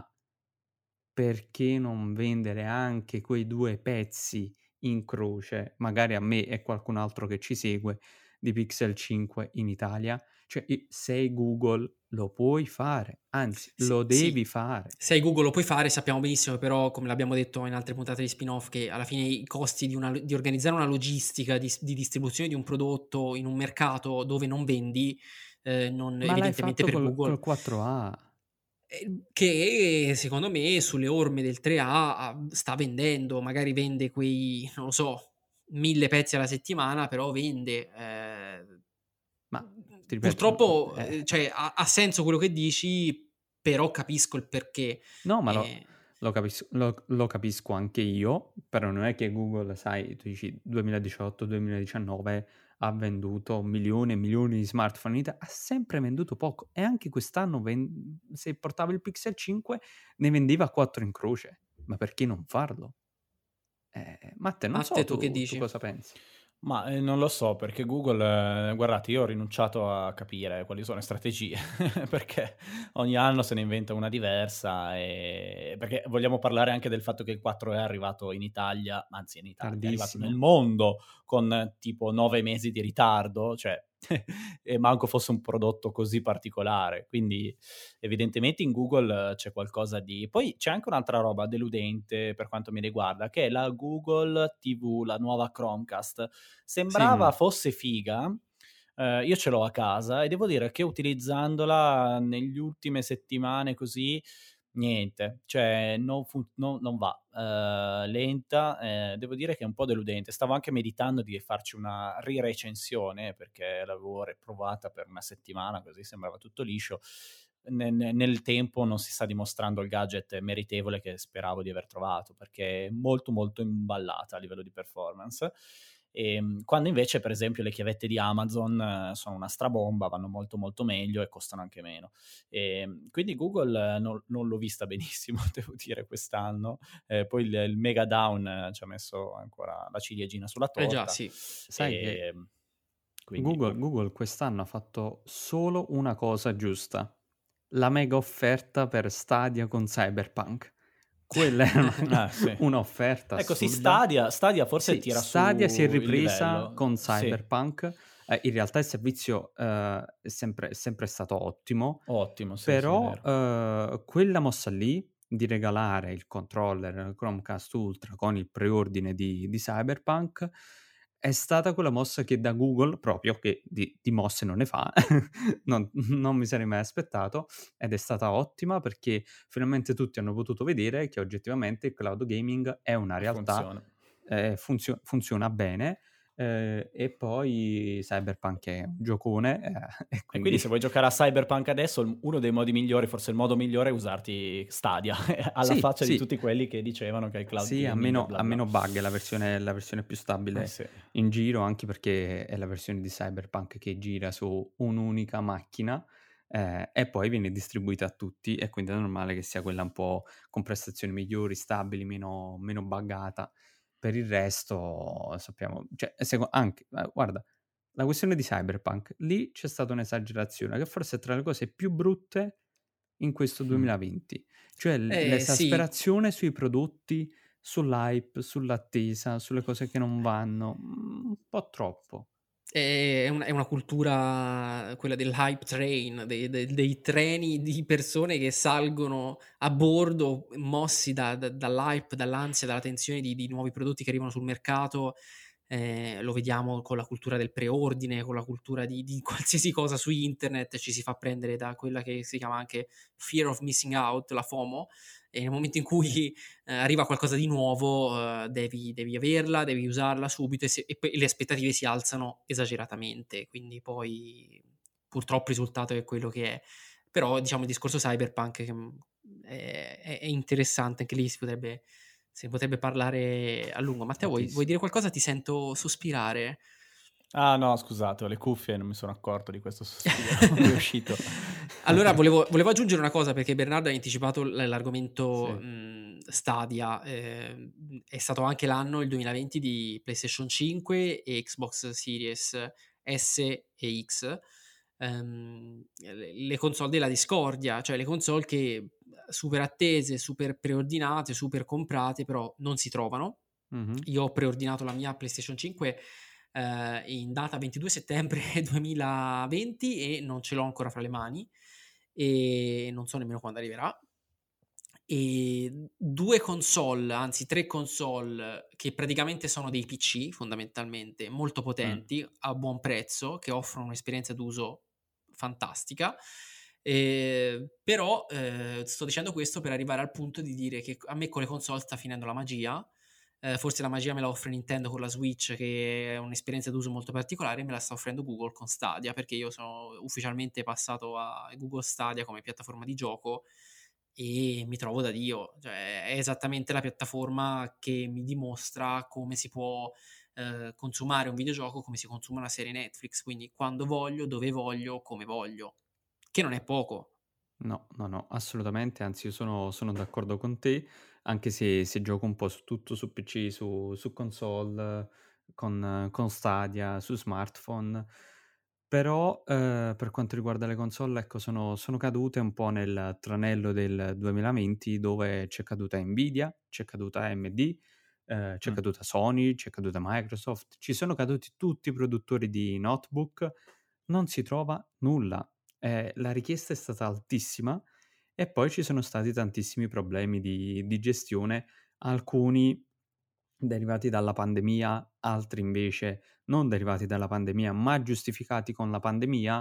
perché non vendere anche quei due pezzi in croce, magari a me e qualcun altro che ci segue, di Pixel cinque in Italia? Cioè, i- sei Google, lo puoi fare, anzi, Sì, lo sì. devi fare. Se Google lo puoi fare, sappiamo benissimo, però, come l'abbiamo detto in altre puntate di spin-off, che alla fine i costi di, una, di organizzare una logistica di, di distribuzione di un prodotto in un mercato dove non vendi, eh, non, Ma l'hai evidentemente fatto per col, Google, col quattro A. eh, che secondo me sulle orme del tre A ah, sta vendendo, magari vende quei, non lo so, mille pezzi alla settimana, però vende. Eh, Ma ti ripeto, purtroppo eh. eh, cioè, ha, ha senso quello che dici, però capisco il perché. No, ma lo, Eh, lo capis- lo- lo capisco anche io, però non è che Google, sai, tu dici duemiladiciotto duemiladiciannove ha venduto milioni e milioni di smartphone in Italia, ha sempre venduto poco e anche quest'anno ven- se portava il Pixel cinque ne vendeva quattro in croce, ma perché non farlo? Eh, Matte, non so, Matte, tu che tu, tu dici? cosa pensi? Ma eh, non lo so, perché Google, eh, guardate, io ho rinunciato a capire quali sono le strategie, perché ogni anno se ne inventa una diversa, e... perché vogliamo parlare anche del fatto che il quattro è arrivato in Italia, anzi in Italia, è arrivato nel Tardissimo. mondo con eh, tipo nove mesi di ritardo, cioè, e manco fosse un prodotto così particolare, quindi evidentemente in Google eh, c'è qualcosa di... Poi c'è anche un'altra roba deludente per quanto mi riguarda, che è la Google T V, la nuova Chromecast. Sembrava Sì, fosse figa, eh, io ce l'ho a casa e devo dire che utilizzandola negli ultime settimane così, niente, cioè non, fun- non- non va, eh, lenta, eh, devo dire che è un po' deludente. Stavo anche meditando di farci una rirecensione perché l'avevo re- provata per una settimana, così sembrava tutto liscio. Ne- ne- Nel tempo non si sta dimostrando il gadget meritevole che speravo di aver trovato, perché è molto molto imballata a livello di performance. E, quando invece per esempio le chiavette di Amazon eh, sono una strabomba, vanno molto molto meglio e costano anche meno. E, quindi Google eh, non, non l'ho vista benissimo, devo dire, quest'anno. Eh, poi il, il mega down eh, ci ha messo ancora la ciliegina sulla Eh già, torta. sì. sai che E quindi, Google, boh. Google quest'anno ha fatto solo una cosa giusta, la mega offerta per Stadia con Cyberpunk. Quella è una- Ah, sì. un'offerta Ecco, sì, assurda. Stadia, Stadia forse Sì, tira Stadia si è su il ripresa livello. con Sì, Cyberpunk. Eh, in realtà il servizio eh, è sempre, è sempre stato ottimo, ottimo, sì, sì, è però vero. eh, quella mossa lì di regalare il controller Chromecast Ultra con il preordine di, di Cyberpunk è stata quella mossa che da Google, proprio che di, di mosse non ne fa, non, non mi sarei mai aspettato, ed è stata ottima perché finalmente tutti hanno potuto vedere che oggettivamente il cloud gaming è una realtà, Funziona. eh, funzio- funziona bene, eh, e poi Cyberpunk è un giocone, eh, e E quindi quindi se vuoi giocare a Cyberpunk adesso, il- uno dei modi migliori, forse il modo migliore, è usarti Stadia, alla sì, faccia di sì, tutti quelli che dicevano che il cloud sì, ha gaming, meno, bla ha bla. meno bug, è la versione, la versione più Eh stabile sì. in giro, anche perché è la versione di Cyberpunk che gira su un'unica macchina, eh, e poi viene distribuita a tutti, e quindi è normale che sia quella un po' con prestazioni migliori, stabili, meno, meno buggata. Per il resto sappiamo, cioè, seco- anche, eh, guarda, la questione di Cyberpunk, lì c'è stata un'esagerazione che forse è tra le cose più brutte in questo Mm. duemilaventi, cioè l- Eh sì, l'esasperazione sui prodotti, sull'hype, sull'attesa, sulle cose che non vanno, mm, un po' troppo. è una, è una cultura, quella del hype train, dei, dei- dei treni di persone che salgono a bordo, mossi da- da- dall'hype, dall'ansia, dalla tensione di, di nuovi prodotti che arrivano sul mercato. Eh, lo vediamo con la cultura del preordine, con la cultura di, di qualsiasi cosa su internet, ci si fa prendere da quella che si chiama anche fear of missing out, la FOMO, e nel momento in cui eh, arriva qualcosa di nuovo, eh, devi, devi averla, devi usarla subito, e, se- e poi le aspettative si alzano esageratamente, quindi poi purtroppo il risultato è quello che è. Però diciamo il discorso cyberpunk che, mm, è, è- è interessante, anche lì si potrebbe, se ne potrebbe parlare a lungo. Matteo, vuoi, vuoi Tantissimo. dire qualcosa? Ti sento sospirare. Ah no, scusate, ho le cuffie, non mi sono accorto di questo sospiro, mi è uscito. Allora, volevo, volevo aggiungere una cosa perché Bernardo ha anticipato l- l'argomento Sì. mh, Stadia. eh, è stato anche l'anno, il duemilaventi, di PlayStation cinque e Xbox Series S e X. Ehm, le, le console della discordia, cioè le console che super attese, super preordinate, super comprate, però non si trovano. Mhm. Io ho preordinato la mia PlayStation cinque eh, in data ventidue settembre duemilaventi e non ce l'ho ancora fra le mani e non so nemmeno quando arriverà. E due console, anzi tre console che praticamente sono dei P C fondamentalmente, molto Mm. potenti, a buon prezzo, che offrono un'esperienza d'uso fantastica. Eh, però eh, sto dicendo questo per arrivare al punto di dire che a me con le console sta finendo la magia, eh, forse la magia me la offre Nintendo con la Switch, che è un'esperienza d'uso molto particolare, me la sta offrendo Google con Stadia, perché io sono ufficialmente passato a Google Stadia come piattaforma di gioco e mi trovo da Dio, cioè è esattamente la piattaforma che mi dimostra come si può eh, consumare un videogioco, come si consuma una serie Netflix, quindi quando voglio, dove voglio, come voglio, che non è poco. No, no, no, assolutamente, anzi io sono sono d'accordo con te, anche se se gioco un po' su tutto, su P C, su su console, con con Stadia, su smartphone, però, ehm, per quanto riguarda le console, ecco, sono sono cadute un po' nel tranello del duemilaventi dove c'è caduta Nvidia, c'è caduta A M D, ehm, c'è Mm. caduta Sony, c'è caduta Microsoft, ci sono caduti tutti i produttori di notebook, non si trova nulla. Ehm, la richiesta è stata altissima e poi ci sono stati tantissimi problemi di di gestione, alcuni derivati dalla pandemia, altri invece non derivati dalla pandemia, ma giustificati con la pandemia,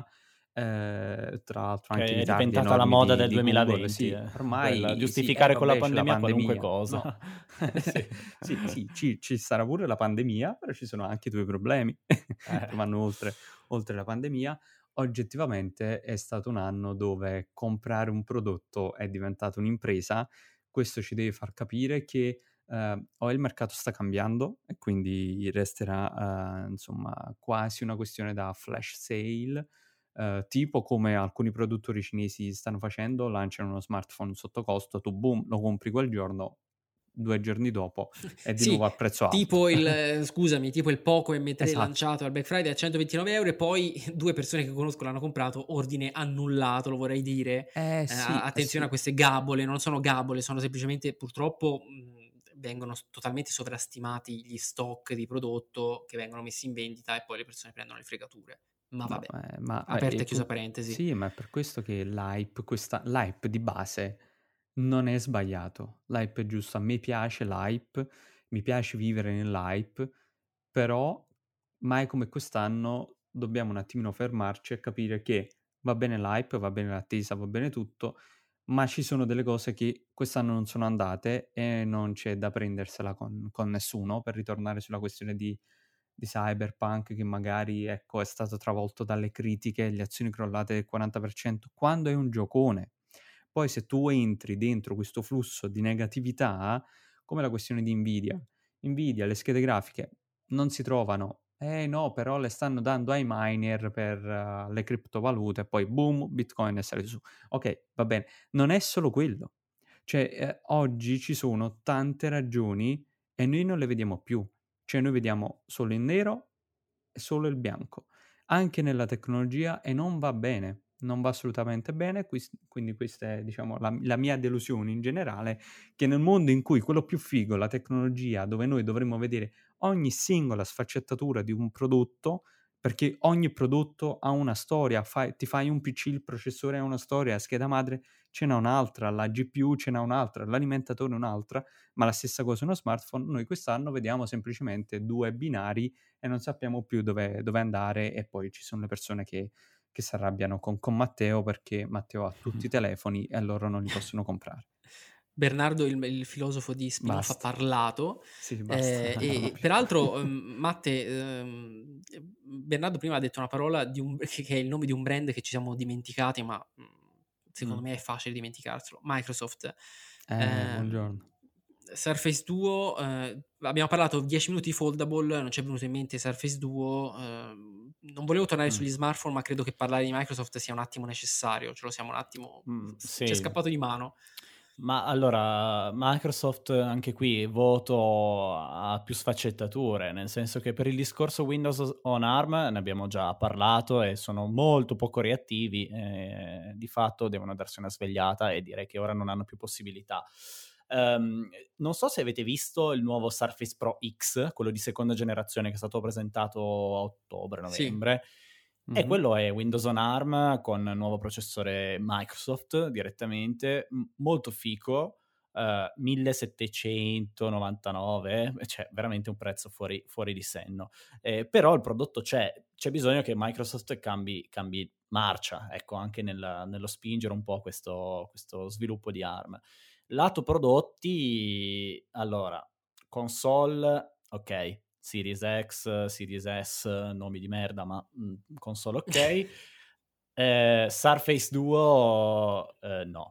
ehm, tra l'altro anche Che è ritardi diventata la enormi moda di del di Google. duemilaventi, Sì, eh. Quella ormai sì, eh giustificare con la vabbè c'è la pandemia qualunque pandemia. cosa. No, Sì. sì, sì, ci ci sarà pure la pandemia, però ci sono anche i tuoi problemi Eh. che vanno oltre oltre la pandemia. Oggettivamente è stato un anno dove comprare un prodotto è diventato un'impresa. Questo ci deve far capire che, ehm, o il mercato sta cambiando e quindi resterà, ehm, insomma quasi una questione da flash sale, ehm, tipo come alcuni produttori cinesi stanno facendo, lanciano uno smartphone sotto costo, tu boom, lo compri quel giorno, due giorni dopo è di nuovo Sì, a prezzo alto. tipo il scusami, tipo il Poco M tre Esatto. lanciato al Black Friday a centoventinove euro e poi due persone che conosco l'hanno comprato, ordine annullato, lo vorrei dire. Eh Eh, a- sì, eh attenzione a sì. queste gabole, non sono gabole, sono semplicemente purtroppo mh, vengono s- totalmente sovrastimati gli stock di prodotto che vengono messi in vendita e poi le persone prendono le fregature. Ma No, vabbè, ehm, ma ma aperta è e chiusa pu parentesi. sì, ma è per questo che l'hype questa l'hype di base non è sbagliato. L'hype è giusto. A me piace l'hype, mi piace vivere nell'hype, però mai come quest'anno dobbiamo un attimino fermarci e capire che va bene l'hype, va bene l'attesa, va bene tutto, ma ci sono delle cose che quest'anno non sono andate e non c'è da prendersela con con nessuno, per ritornare sulla questione di di Cyberpunk che magari, ecco, è stato travolto dalle critiche, le azioni crollate del quaranta per cento, quando è un giocone. Poi se tu entri dentro questo flusso di negatività, come la questione di Nvidia. Nvidia, le schede grafiche non si trovano. Eh no, però le stanno dando ai miner per uh, le criptovalute e poi boom, Bitcoin è salito su. Ok, va bene. Non è solo quello. Cioè, eh, oggi ci sono tante ragioni e noi non le vediamo più. Cioè noi vediamo solo il nero e solo il bianco, anche nella tecnologia e non va bene, non va assolutamente bene, quis quindi questa è diciamo la la mia delusione in generale, che nel mondo in cui quello più figo, la tecnologia, dove noi dovremmo vedere ogni singola sfaccettatura di un prodotto, perché ogni prodotto ha una storia, fai ti fai un P C, il processore ha una storia, la scheda madre ce n'ha un'altra, la G P U ce n'ha un'altra, l'alimentatore un'altra, ma la stessa cosa uno smartphone, noi quest'anno vediamo semplicemente due binari e non sappiamo più dove, dove andare e poi ci sono le persone che, che si arrabbiano con, con Matteo perché Matteo ha tutti i telefoni e loro non li possono comprare. Bernardo, il, il filosofo di spin-off, ha Basta. parlato. Sì, basta, eh, non parlo e più. peraltro, ehm, Matte, ehm, Bernardo prima ha detto una parola di un- che che è il nome di un brand che ci siamo dimenticati, ma mh, secondo Mm. me è facile dimenticarselo. Microsoft. Eh, Ehm, buongiorno. Surface Duo, eh, abbiamo parlato dieci minuti di foldable, non ci è venuto in mente Surface Duo. ehm, non volevo tornare Mm. sugli smartphone, ma credo che parlare di Microsoft sia un attimo necessario, ce lo siamo un attimo, Mm, ci è sì. scappato di mano. Ma allora, Microsoft anche qui voto a più sfaccettature, nel senso che per il discorso Windows on ARM ne abbiamo già parlato e sono molto poco reattivi, eh, di fatto devono darsi una svegliata e direi che ora non hanno più possibilità. Um, non so se avete visto il nuovo Surface Pro X, quello di seconda generazione che è stato presentato a Sì. ottobre-novembre. E Mhm. quello è Windows on ARM con nuovo processore Microsoft direttamente, m- molto fico, eh, millesettecentonovantanove, cioè veramente un prezzo fuori, fuori di senno. Eh, però il prodotto c'è, c'è bisogno che Microsoft cambi, cambi marcia, ecco, anche nel- nello spingere un po' questo, questo sviluppo di ARM. Lato prodotti, allora, console, ok, Series X, Series S, nomi di merda, ma mh, console ok. eh, Surface Duo, eh, no.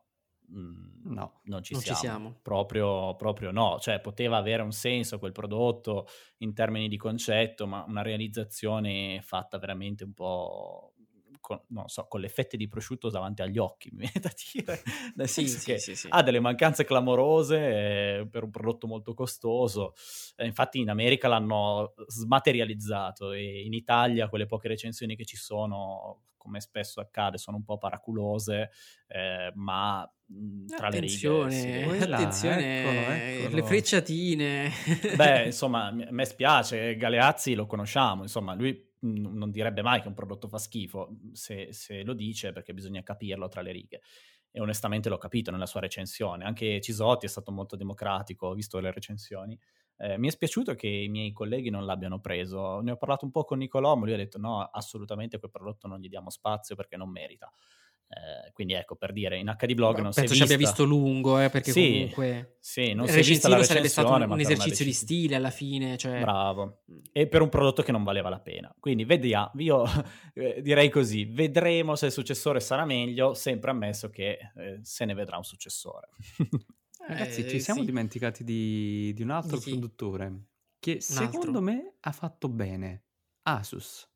Mm, No, non ci non siamo, ci siamo. Proprio, proprio no, cioè poteva avere un senso quel prodotto in termini di concetto, ma una realizzazione fatta veramente un po' con, non so, con le fette di prosciutto davanti agli occhi, mi viene da dire, nel Sì, senso sì, che sì, sì. ha delle mancanze clamorose eh, per un prodotto molto costoso. Eh, infatti in America l'hanno smaterializzato e in Italia quelle poche recensioni che ci sono, come spesso accade, sono un po' paraculose, eh, ma mh, tra le righe si Attenzione, vede. Quella, attenzione, eccolo, le eccolo. frecciatine. Beh, insomma, a me spiace, Galeazzi lo conosciamo, insomma, lui mh, non direbbe mai che un prodotto fa schifo, se, se lo dice perché bisogna capirlo tra le righe. E onestamente l'ho capito nella sua recensione. Anche Cisotti è stato molto democratico, ho visto le recensioni. Eh, mi è spiaciuto che i miei colleghi non l'abbiano preso. Ne ho parlato un po' con Nicolò, ma lui ha detto no, assolutamente quel prodotto non gli diamo spazio perché non merita. Eh, quindi ecco, per dire, in H D Blog non si è Penso ci abbia vista... visto lungo, eh, perché Sì, comunque sì, non il si è vista la recensino sarebbe stato recensione, un, ma un per una esercizio di decisione. stile alla fine, cioè... Bravo. E per un prodotto che non valeva la pena. Quindi vediamo, io eh, direi così, vedremo se il successore sarà meglio, sempre ammesso che eh, se ne vedrà un successore. Ragazzi, ci Eh, siamo sì. dimenticati di, di un altro Di chi? produttore che Un secondo altro? me ha fatto bene. Asus.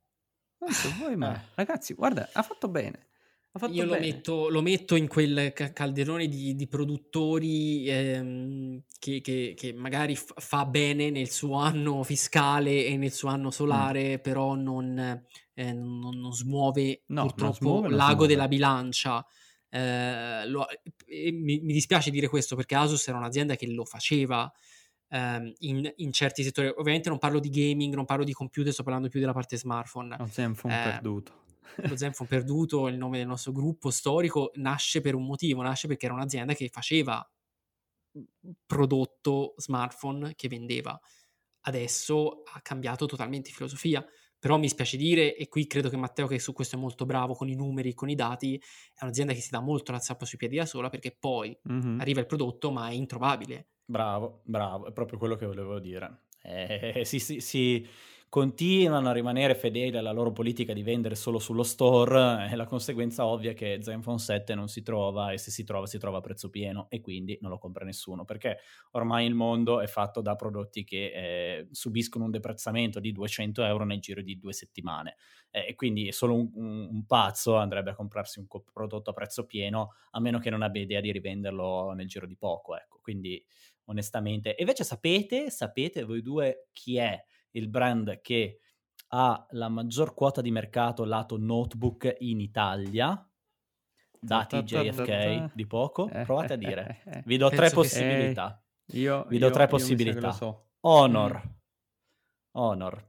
Non so voi, Eh, ma ragazzi, guarda, ha fatto bene. Ha fatto Io lo bene. metto, lo metto in quel ca- calderone di, di produttori ehm, che, che- che magari f- fa bene nel suo anno fiscale e nel suo anno solare, però non, eh, non- non smuove No, non purtroppo smuove, non l'ago della smuove. bilancia. Eh, lo- e mi, mi dispiace dire questo perché Asus era un'azienda che lo faceva ehm, in, in certi settori. Ovviamente non parlo di gaming, non parlo di computer, sto parlando più della parte smartphone. Ho Zenfone Eh, perduto. lo Zenfone perduto, il nome del nostro gruppo storico, nasce per un motivo, nasce perché era un'azienda che faceva prodotto smartphone che vendeva. Adesso ha cambiato totalmente filosofia, però mi spiace dire, e qui credo che Matteo, che su questo è molto bravo con i numeri, con i dati, è un'azienda che si dà molto la zappa sui piedi da sola perché poi Mhm. arriva il prodotto ma è introvabile. Bravo, bravo, è proprio quello che volevo dire. Eh, si, si- si continuano a rimanere fedeli alla loro politica di vendere solo sullo store e la conseguenza ovvia è che Zenfone sette non si trova e se si trova si trova a prezzo pieno e quindi non lo compra nessuno perché ormai il mondo è fatto da prodotti che eh, subiscono un deprezzamento di duecento euro nel giro di due settimane eh, e quindi solo un, un- un pazzo andrebbe a comprarsi un co- prodotto a prezzo pieno a meno che non abbia idea di rivenderlo nel giro di poco, ecco, quindi onestamente. E invece sapete, sapete voi due chi è il brand che ha la maggior quota di mercato lato notebook in Italia? Ta Dati ta ta ta ta. J F K di poco? Eh, Provate eh, a eh, dire. eh, eh. Vi do tre Penso che Eh, possibilità. io, Vi do tre io, io mi sa che lo possibilità. so. Honor, Mm. Honor,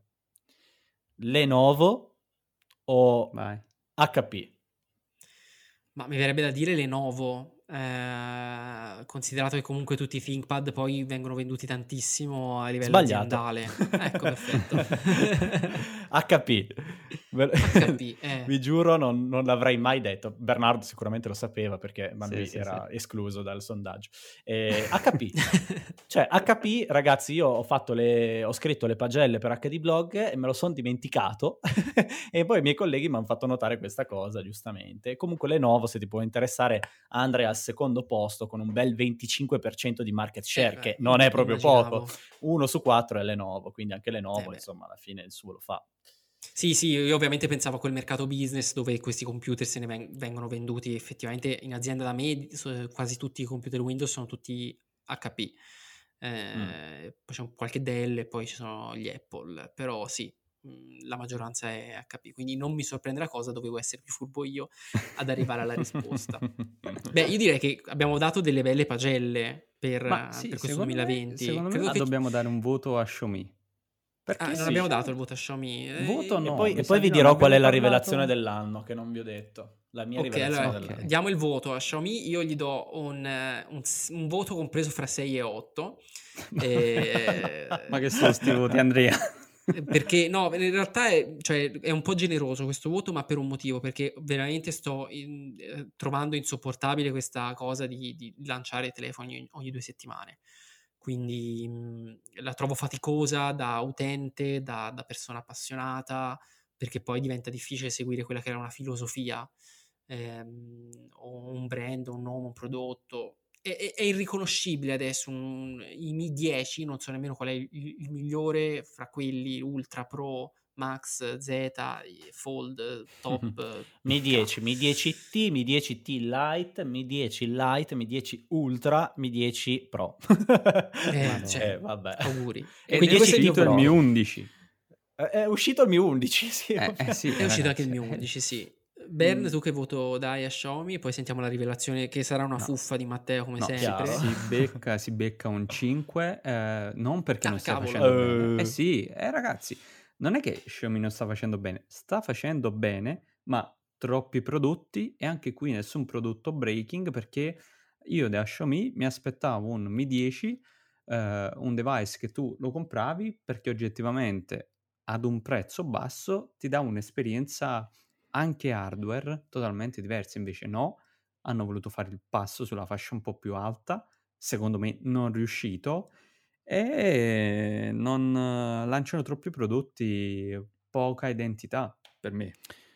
Lenovo o Vai. H P. Ma mi verrebbe da dire Lenovo, eh, considerato che comunque tutti i ThinkPad poi vengono venduti tantissimo a livello Sbagliato. aziendale. Ecco, perfetto. H P. Ve- H P, eh. Vi giuro, non, non l'avrei mai detto. Bernardo sicuramente lo sapeva perché ma Sì, lui sì, era sì. escluso dal sondaggio. Eh, H P. Cioè, H P, ragazzi, io ho, fatto le, ho scritto le pagelle per H D Blog e me lo sono dimenticato e poi i miei colleghi mi hanno fatto notare questa cosa, giustamente. Comunque Lenovo, se ti può interessare, Andrea è al secondo posto con un bel venticinque per cento di market share, Eh, che beh, non è proprio immaginavo. poco. Uno su quattro è Lenovo, quindi anche Lenovo, Eh, beh. insomma, alla fine il suo lo fa. Sì, sì, io ovviamente pensavo a quel mercato business dove questi computer se ne ven- vengono venduti effettivamente in azienda da me, so- quasi tutti i computer Windows sono tutti H P. Eh, Mm. Poi c'è un- qualche Dell e poi ci sono gli Apple, però sì, mh, la maggioranza è H P, quindi non mi sorprende la cosa, dovevo essere più furbo io ad arrivare alla risposta. Beh, io direi che abbiamo dato delle belle pagelle per, Ma eh, sì, per questo secondo me, duemilaventi. secondo me Credo ah, che... dobbiamo dare un voto a Xiaomi. Ah, Perché non Sì. abbiamo Xiaomi... dato il voto a Xiaomi. Voto Eh, E no, poi, mi e sa poi di vi no, dirò ne qual è abbiamo la parlato... rivelazione dell'anno che non vi ho detto. La mia Ok, rivelazione allora Ok. dell'anno. diamo il voto a Xiaomi. Io gli do un, eh, un s- un voto compreso fra sei e otto. Eh, Ma che sono sti voti, Andrea? perché no, in realtà è, cioè, è un po' generoso questo voto, ma per un motivo, perché veramente sto in- eh, trovando insopportabile questa cosa di, di lanciare telefoni ogni, ogni due settimane. quindi mh, la trovo faticosa da utente, da, da persona appassionata, perché poi diventa difficile seguire quella che era una filosofia, ehm, o un brand, un nome, un prodotto. È, è- è irriconoscibile adesso. un- I Mi dieci, non so nemmeno qual è il, il migliore fra quelli Ultra Pro, Max, Z, i Fold, Top, Mi K. dieci, Mi dieci T, Mi dieci T Lite, Mi dieci Lite, Mi dieci Ultra, Mi dieci Pro. Eh, Madonna. cioè, Eh, vabbè. auguri. E Quindi Ed è questo è il mio uscito il Mi voto. undici. È è uscito il Mi undici, sì. Eh, eh sì, È uscito anche ragazzi. il mio undici, sì. Bern, Mm. tu che voto dai a Xiaomi? Poi sentiamo la rivelazione, che sarà una No. fuffa di Matteo come No, si, sempre. Chiaro. si becca, si becca un cinque, eh, non perché Ah, non stia cavolo. facendo bene. Eh. Eh sì, eh, ragazzi, non è che Xiaomi non sta facendo bene, sta facendo bene, ma troppi prodotti e anche qui nessun prodotto breaking, perché io da Xiaomi mi aspettavo un Mi dieci, eh, un device che tu lo compravi perché oggettivamente ad un prezzo basso ti dà un'esperienza anche hardware totalmente diversa, invece no, hanno voluto fare il passo sulla fascia un po' più alta, secondo me non riuscito, e non eh, lanciano troppi prodotti, poca identità per me.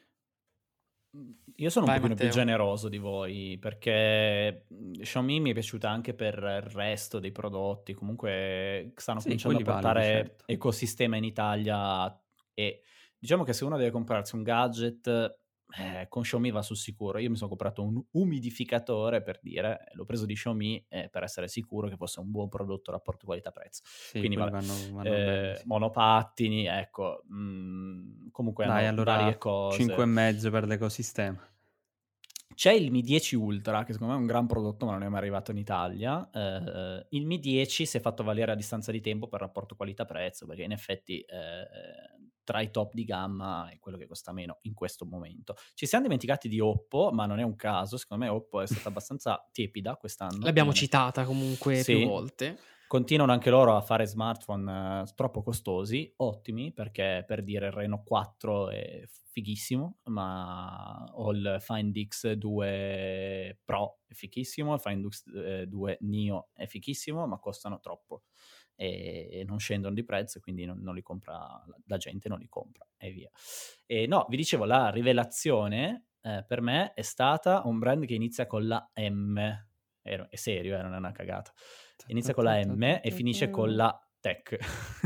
Io sono un Vai, pochino più Matteo. generoso di voi perché mh, Xiaomi mi è piaciuta anche per il resto dei prodotti, comunque stanno Sì, cominciando a quelli validi, portare certo. ecosistema in Italia e diciamo che se uno deve comprarsi un gadget, eh, con Xiaomi va sul sicuro. Io mi sono comprato un umidificatore, per dire, l'ho preso di Xiaomi eh, per essere sicuro che fosse un buon prodotto rapporto qualità-prezzo. Sì, Quindi quelli vabbè, vanno, vanno eh, bene, sì. monopattini, ecco, mh, comunque Dai, hanno varie allora cose. cinque e mezzo per l'ecosistema. C'è il Mi dieci Ultra, che secondo me è un gran prodotto, ma non è mai arrivato in Italia. Eh, il Mi dieci si è fatto valere a distanza di tempo per rapporto qualità-prezzo, perché in effetti eh, tra i top di gamma è quello che costa meno in questo momento. Ci siamo dimenticati di Oppo, ma non è un caso, secondo me Oppo è stata abbastanza tiepida quest'anno. L'abbiamo Non è- citata comunque più Sì. volte. Continuano anche loro a fare smartphone eh, troppo costosi, ottimi, perché per dire il Reno quattro è fighissimo, ma o il Find X due Pro è fighissimo, il Find X eh, due Neo è fighissimo, ma costano troppo e, e non scendono di prezzo, quindi non, non li compra, la gente non li compra e via. E no, vi dicevo, la rivelazione eh, per me è stata un brand che inizia con la M, è, è serio, eh, non è una cagata. Inizia con la M e finisce con la Tech.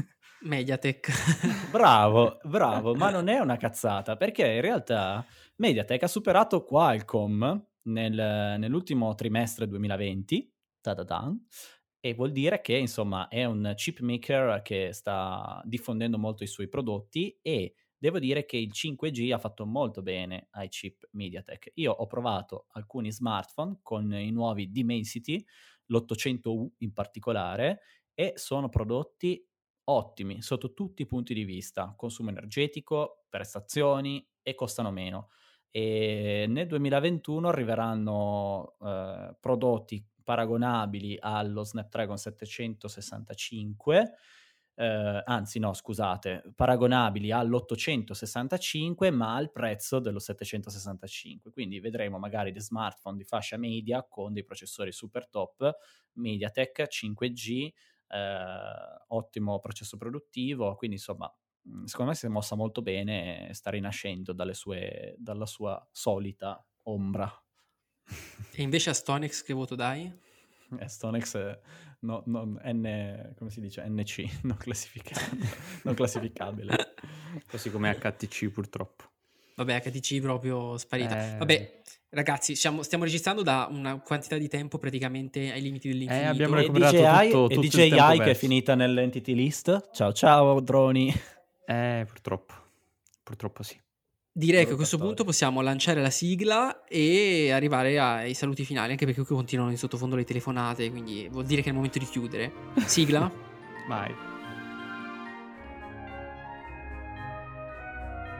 Mediatek. Bravo, bravo, ma non è una cazzata, perché in realtà Mediatek ha superato Qualcomm nel, nell'ultimo trimestre duemilaventi, ta-da-dan, e vuol dire che insomma è un chip maker che sta diffondendo molto i suoi prodotti e devo dire che il cinque G ha fatto molto bene ai chip MediaTek. Io ho provato alcuni smartphone con i nuovi Dimensity, l'ottocento U in particolare, e sono prodotti ottimi sotto tutti i punti di vista, consumo energetico, prestazioni e costano meno. E nel duemilaventuno arriveranno eh, prodotti paragonabili allo Snapdragon settecentosessantacinque, eh, anzi no, scusate, paragonabili all'ottocentosessantacinque ma al prezzo dello settecentosessantacinque, quindi vedremo magari dei smartphone di fascia media con dei processori super top, MediaTek cinque G, eh, ottimo processo produttivo, quindi insomma secondo me si è mossa molto bene e sta rinascendo dalle sue, dalla sua solita ombra. E invece a Stonex che voto dai? Eh, Stonex eh, no, no, N, come si dice? N C, non classificabile. non classificabile. Così come H T C purtroppo. Vabbè, H T C proprio sparita. Eh, Vabbè, ragazzi, stiamo, stiamo registrando da una quantità di tempo praticamente ai limiti dell'infinito. abbiamo E recuperato D J I, tutto- e tutto il D J tempo I che è perso. finita nell'entity list. Ciao ciao droni. Eh, purtroppo. Purtroppo sì. Direi che a Brutta questo storia. punto possiamo lanciare la sigla e arrivare ai saluti finali, anche perché qui continuano in sottofondo le telefonate, quindi vuol dire che è il momento di chiudere. Sigla? Vai.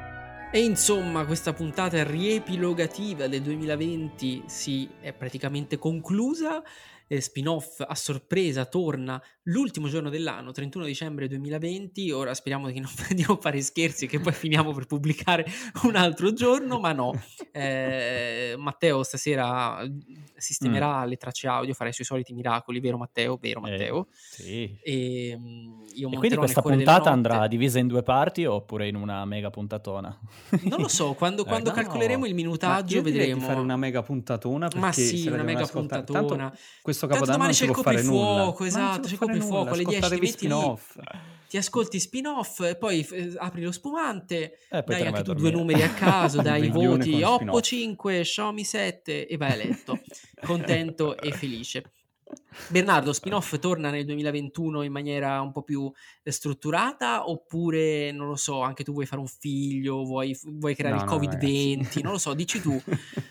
E insomma, questa puntata riepilogativa del duemilaventi si è praticamente conclusa. Eh, spin-off a sorpresa torna l'ultimo giorno dell'anno, trentuno dicembre duemilaventi. Ora speriamo di non, di non fare scherzi, che poi finiamo per pubblicare un altro giorno, ma no. Eh, Matteo stasera sistemerà mm. le tracce audio, farà i suoi soliti miracoli, vero Matteo? Vero Matteo? Eh, sì. E, um, io e quindi questa puntata andrà divisa in due parti oppure in una mega puntatona? Non lo so, quando, quando eh, no. calcoleremo il minutaggio vedremo. Di fare una mega puntatona, ma sì, una mega puntatona. Tanto questo Capodanno non si può fare nulla. Esatto, c'è il fuoco alle dieci, ti metti lì, ti ascolti spin-off e poi f- apri lo spumante, eh, dai anche tu due numeri a caso, dai i voti Oppo cinque, Xiaomi sette e vai a letto, contento e felice. Bernardo, spin-off torna nel duemilaventuno in maniera un po' più strutturata, oppure non lo so, anche tu vuoi fare un figlio, vuoi, vuoi creare no, il no, covid venti, non lo so, dici tu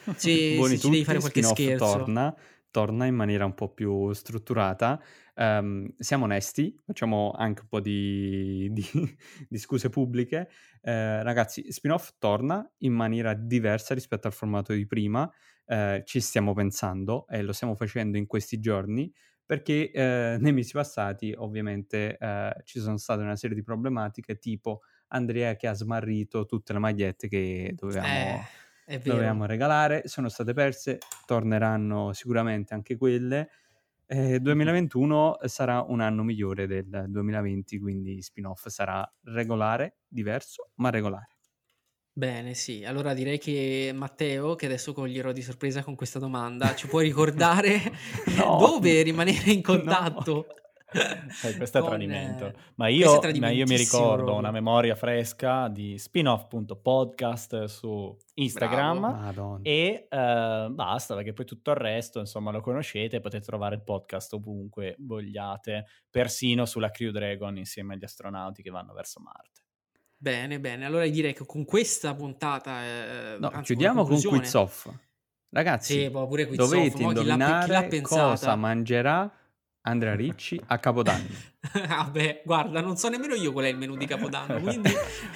se, se ci devi fare qualche scherzo. Torna torna in maniera un po' più strutturata. Um, siamo onesti, facciamo anche un po' di, di, di scuse pubbliche. Uh, ragazzi, spin-off torna in maniera diversa rispetto al formato di prima. Uh, ci stiamo pensando e lo stiamo facendo in questi giorni perché uh, nei mesi passati ovviamente uh, ci sono state una serie di problematiche, tipo Andrea che ha smarrito tutte le magliette che dovevamo... Eh. dovevamo regalare, sono state perse, torneranno sicuramente anche quelle. Eh, duemilaventuno sarà un anno migliore del duemilaventi, quindi spin-off sarà regolare, diverso, ma regolare. Bene, sì. Allora direi che Matteo, che adesso coglierò di sorpresa con questa domanda, ci puoi ricordare no. dove rimanere in contatto? No. Eh, questo è con, tradimento, ma io, ma io mi ricordo proprio. Una memoria fresca di spin-off punto podcast su Instagram e uh, basta, perché poi tutto il resto insomma lo conoscete, potete trovare il podcast ovunque vogliate, persino sulla Crew Dragon insieme agli astronauti che vanno verso Marte. Bene, bene, allora direi che con questa puntata eh, no, anzi, chiudiamo con Quiz Off, ragazzi. Sì, pure quiz dovete off. indovinare chi l'ha, chi l'ha cosa mangerà Andrea Ricci a Capodanno. Vabbè, guarda, non so nemmeno io qual è il menù di Capodanno, quindi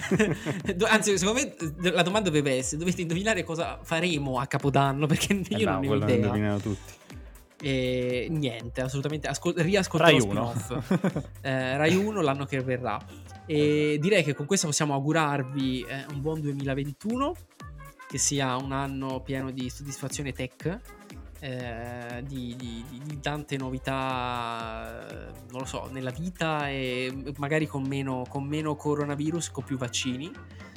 anzi, secondo me la domanda dovrebbe essere: dovete indovinare cosa faremo a Capodanno, perché io eh no, non ne ho idea. Lo indovinano tutti. E niente, assolutamente Ascol- riascolterò Rai spin-off. eh, Rai uno l'anno che verrà. E direi che con questo possiamo augurarvi eh, un buon duemilaventuno, che sia un anno pieno di soddisfazione tech. Eh, di, di, di tante novità, non lo so, nella vita, e magari con meno, con meno coronavirus, con più vaccini,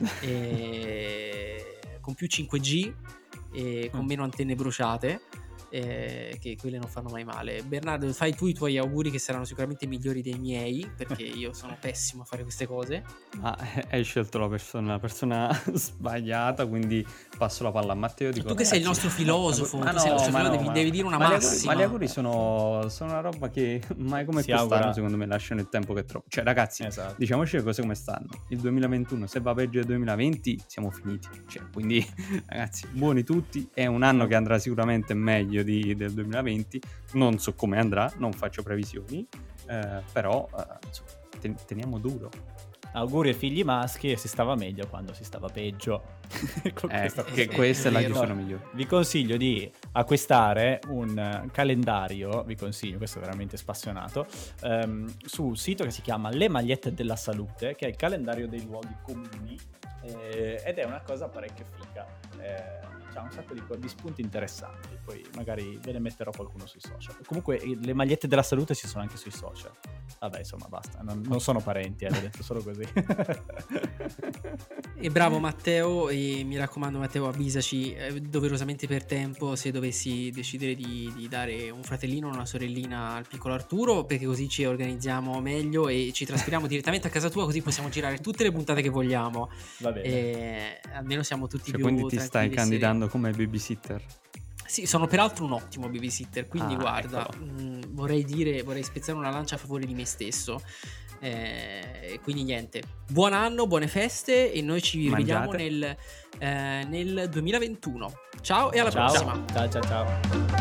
e con più cinque G e con meno antenne bruciate, eh, che quelle non fanno mai male. Bernardo, fai tu i tuoi auguri, che saranno sicuramente migliori dei miei, perché io sono pessimo a fare queste cose. Ah, hai scelto la persona, la persona sbagliata, quindi passo la palla a Matteo. Dico, tu che sei il nostro filosofo, ma tu no, sei il nostro ma filosofo, no, devi, ma devi dire una ma massima. Ma gli auguri sono, sono una roba che mai come si quest'anno augura. Secondo me lasciano il tempo che trovo. Cioè ragazzi, esatto. Diciamoci le cose come stanno. Il duemilaventuno, se va peggio del duemilaventi, siamo finiti. Cioè, quindi ragazzi, buoni tutti. È un anno che andrà sicuramente meglio di, del duemilaventi. Non so come andrà, non faccio previsioni, eh, però eh, insomma, ten- teniamo duro. Auguri ai figli maschi, e si stava meglio quando si stava peggio. eh, che questa è la chiusura migliore. Vi consiglio di acquistare un calendario, vi consiglio, questo è veramente spassionato, um, sul sito che si chiama Le Magliette della Salute, che è il calendario dei luoghi comuni, eh, ed è una cosa parecchio figa. Eh, c'ha un sacco di, di spunti interessanti, poi magari ve ne metterò qualcuno sui social. Comunque le magliette della salute ci sono anche sui social. Vabbè, insomma, basta, non, non sono parenti, eh, l'ho detto solo così. E bravo Matteo, e mi raccomando Matteo, avvisaci eh, doverosamente per tempo se dovessi decidere di, di dare un fratellino o una sorellina al piccolo Arturo, perché così ci organizziamo meglio e ci trasferiamo direttamente a casa tua, così possiamo girare tutte le puntate che vogliamo. Va bene. E almeno siamo tutti cioè, più quindi ti stai candidando sereni. Come babysitter? Sì, sono peraltro un ottimo babysitter, quindi ah, guarda, mh, vorrei dire, vorrei spezzare una lancia a favore di me stesso. Eh, quindi niente, buon anno, buone feste, e noi ci rivediamo nel, eh, nel duemilaventuno. Ciao e alla ciao. prossima. Ciao ciao ciao.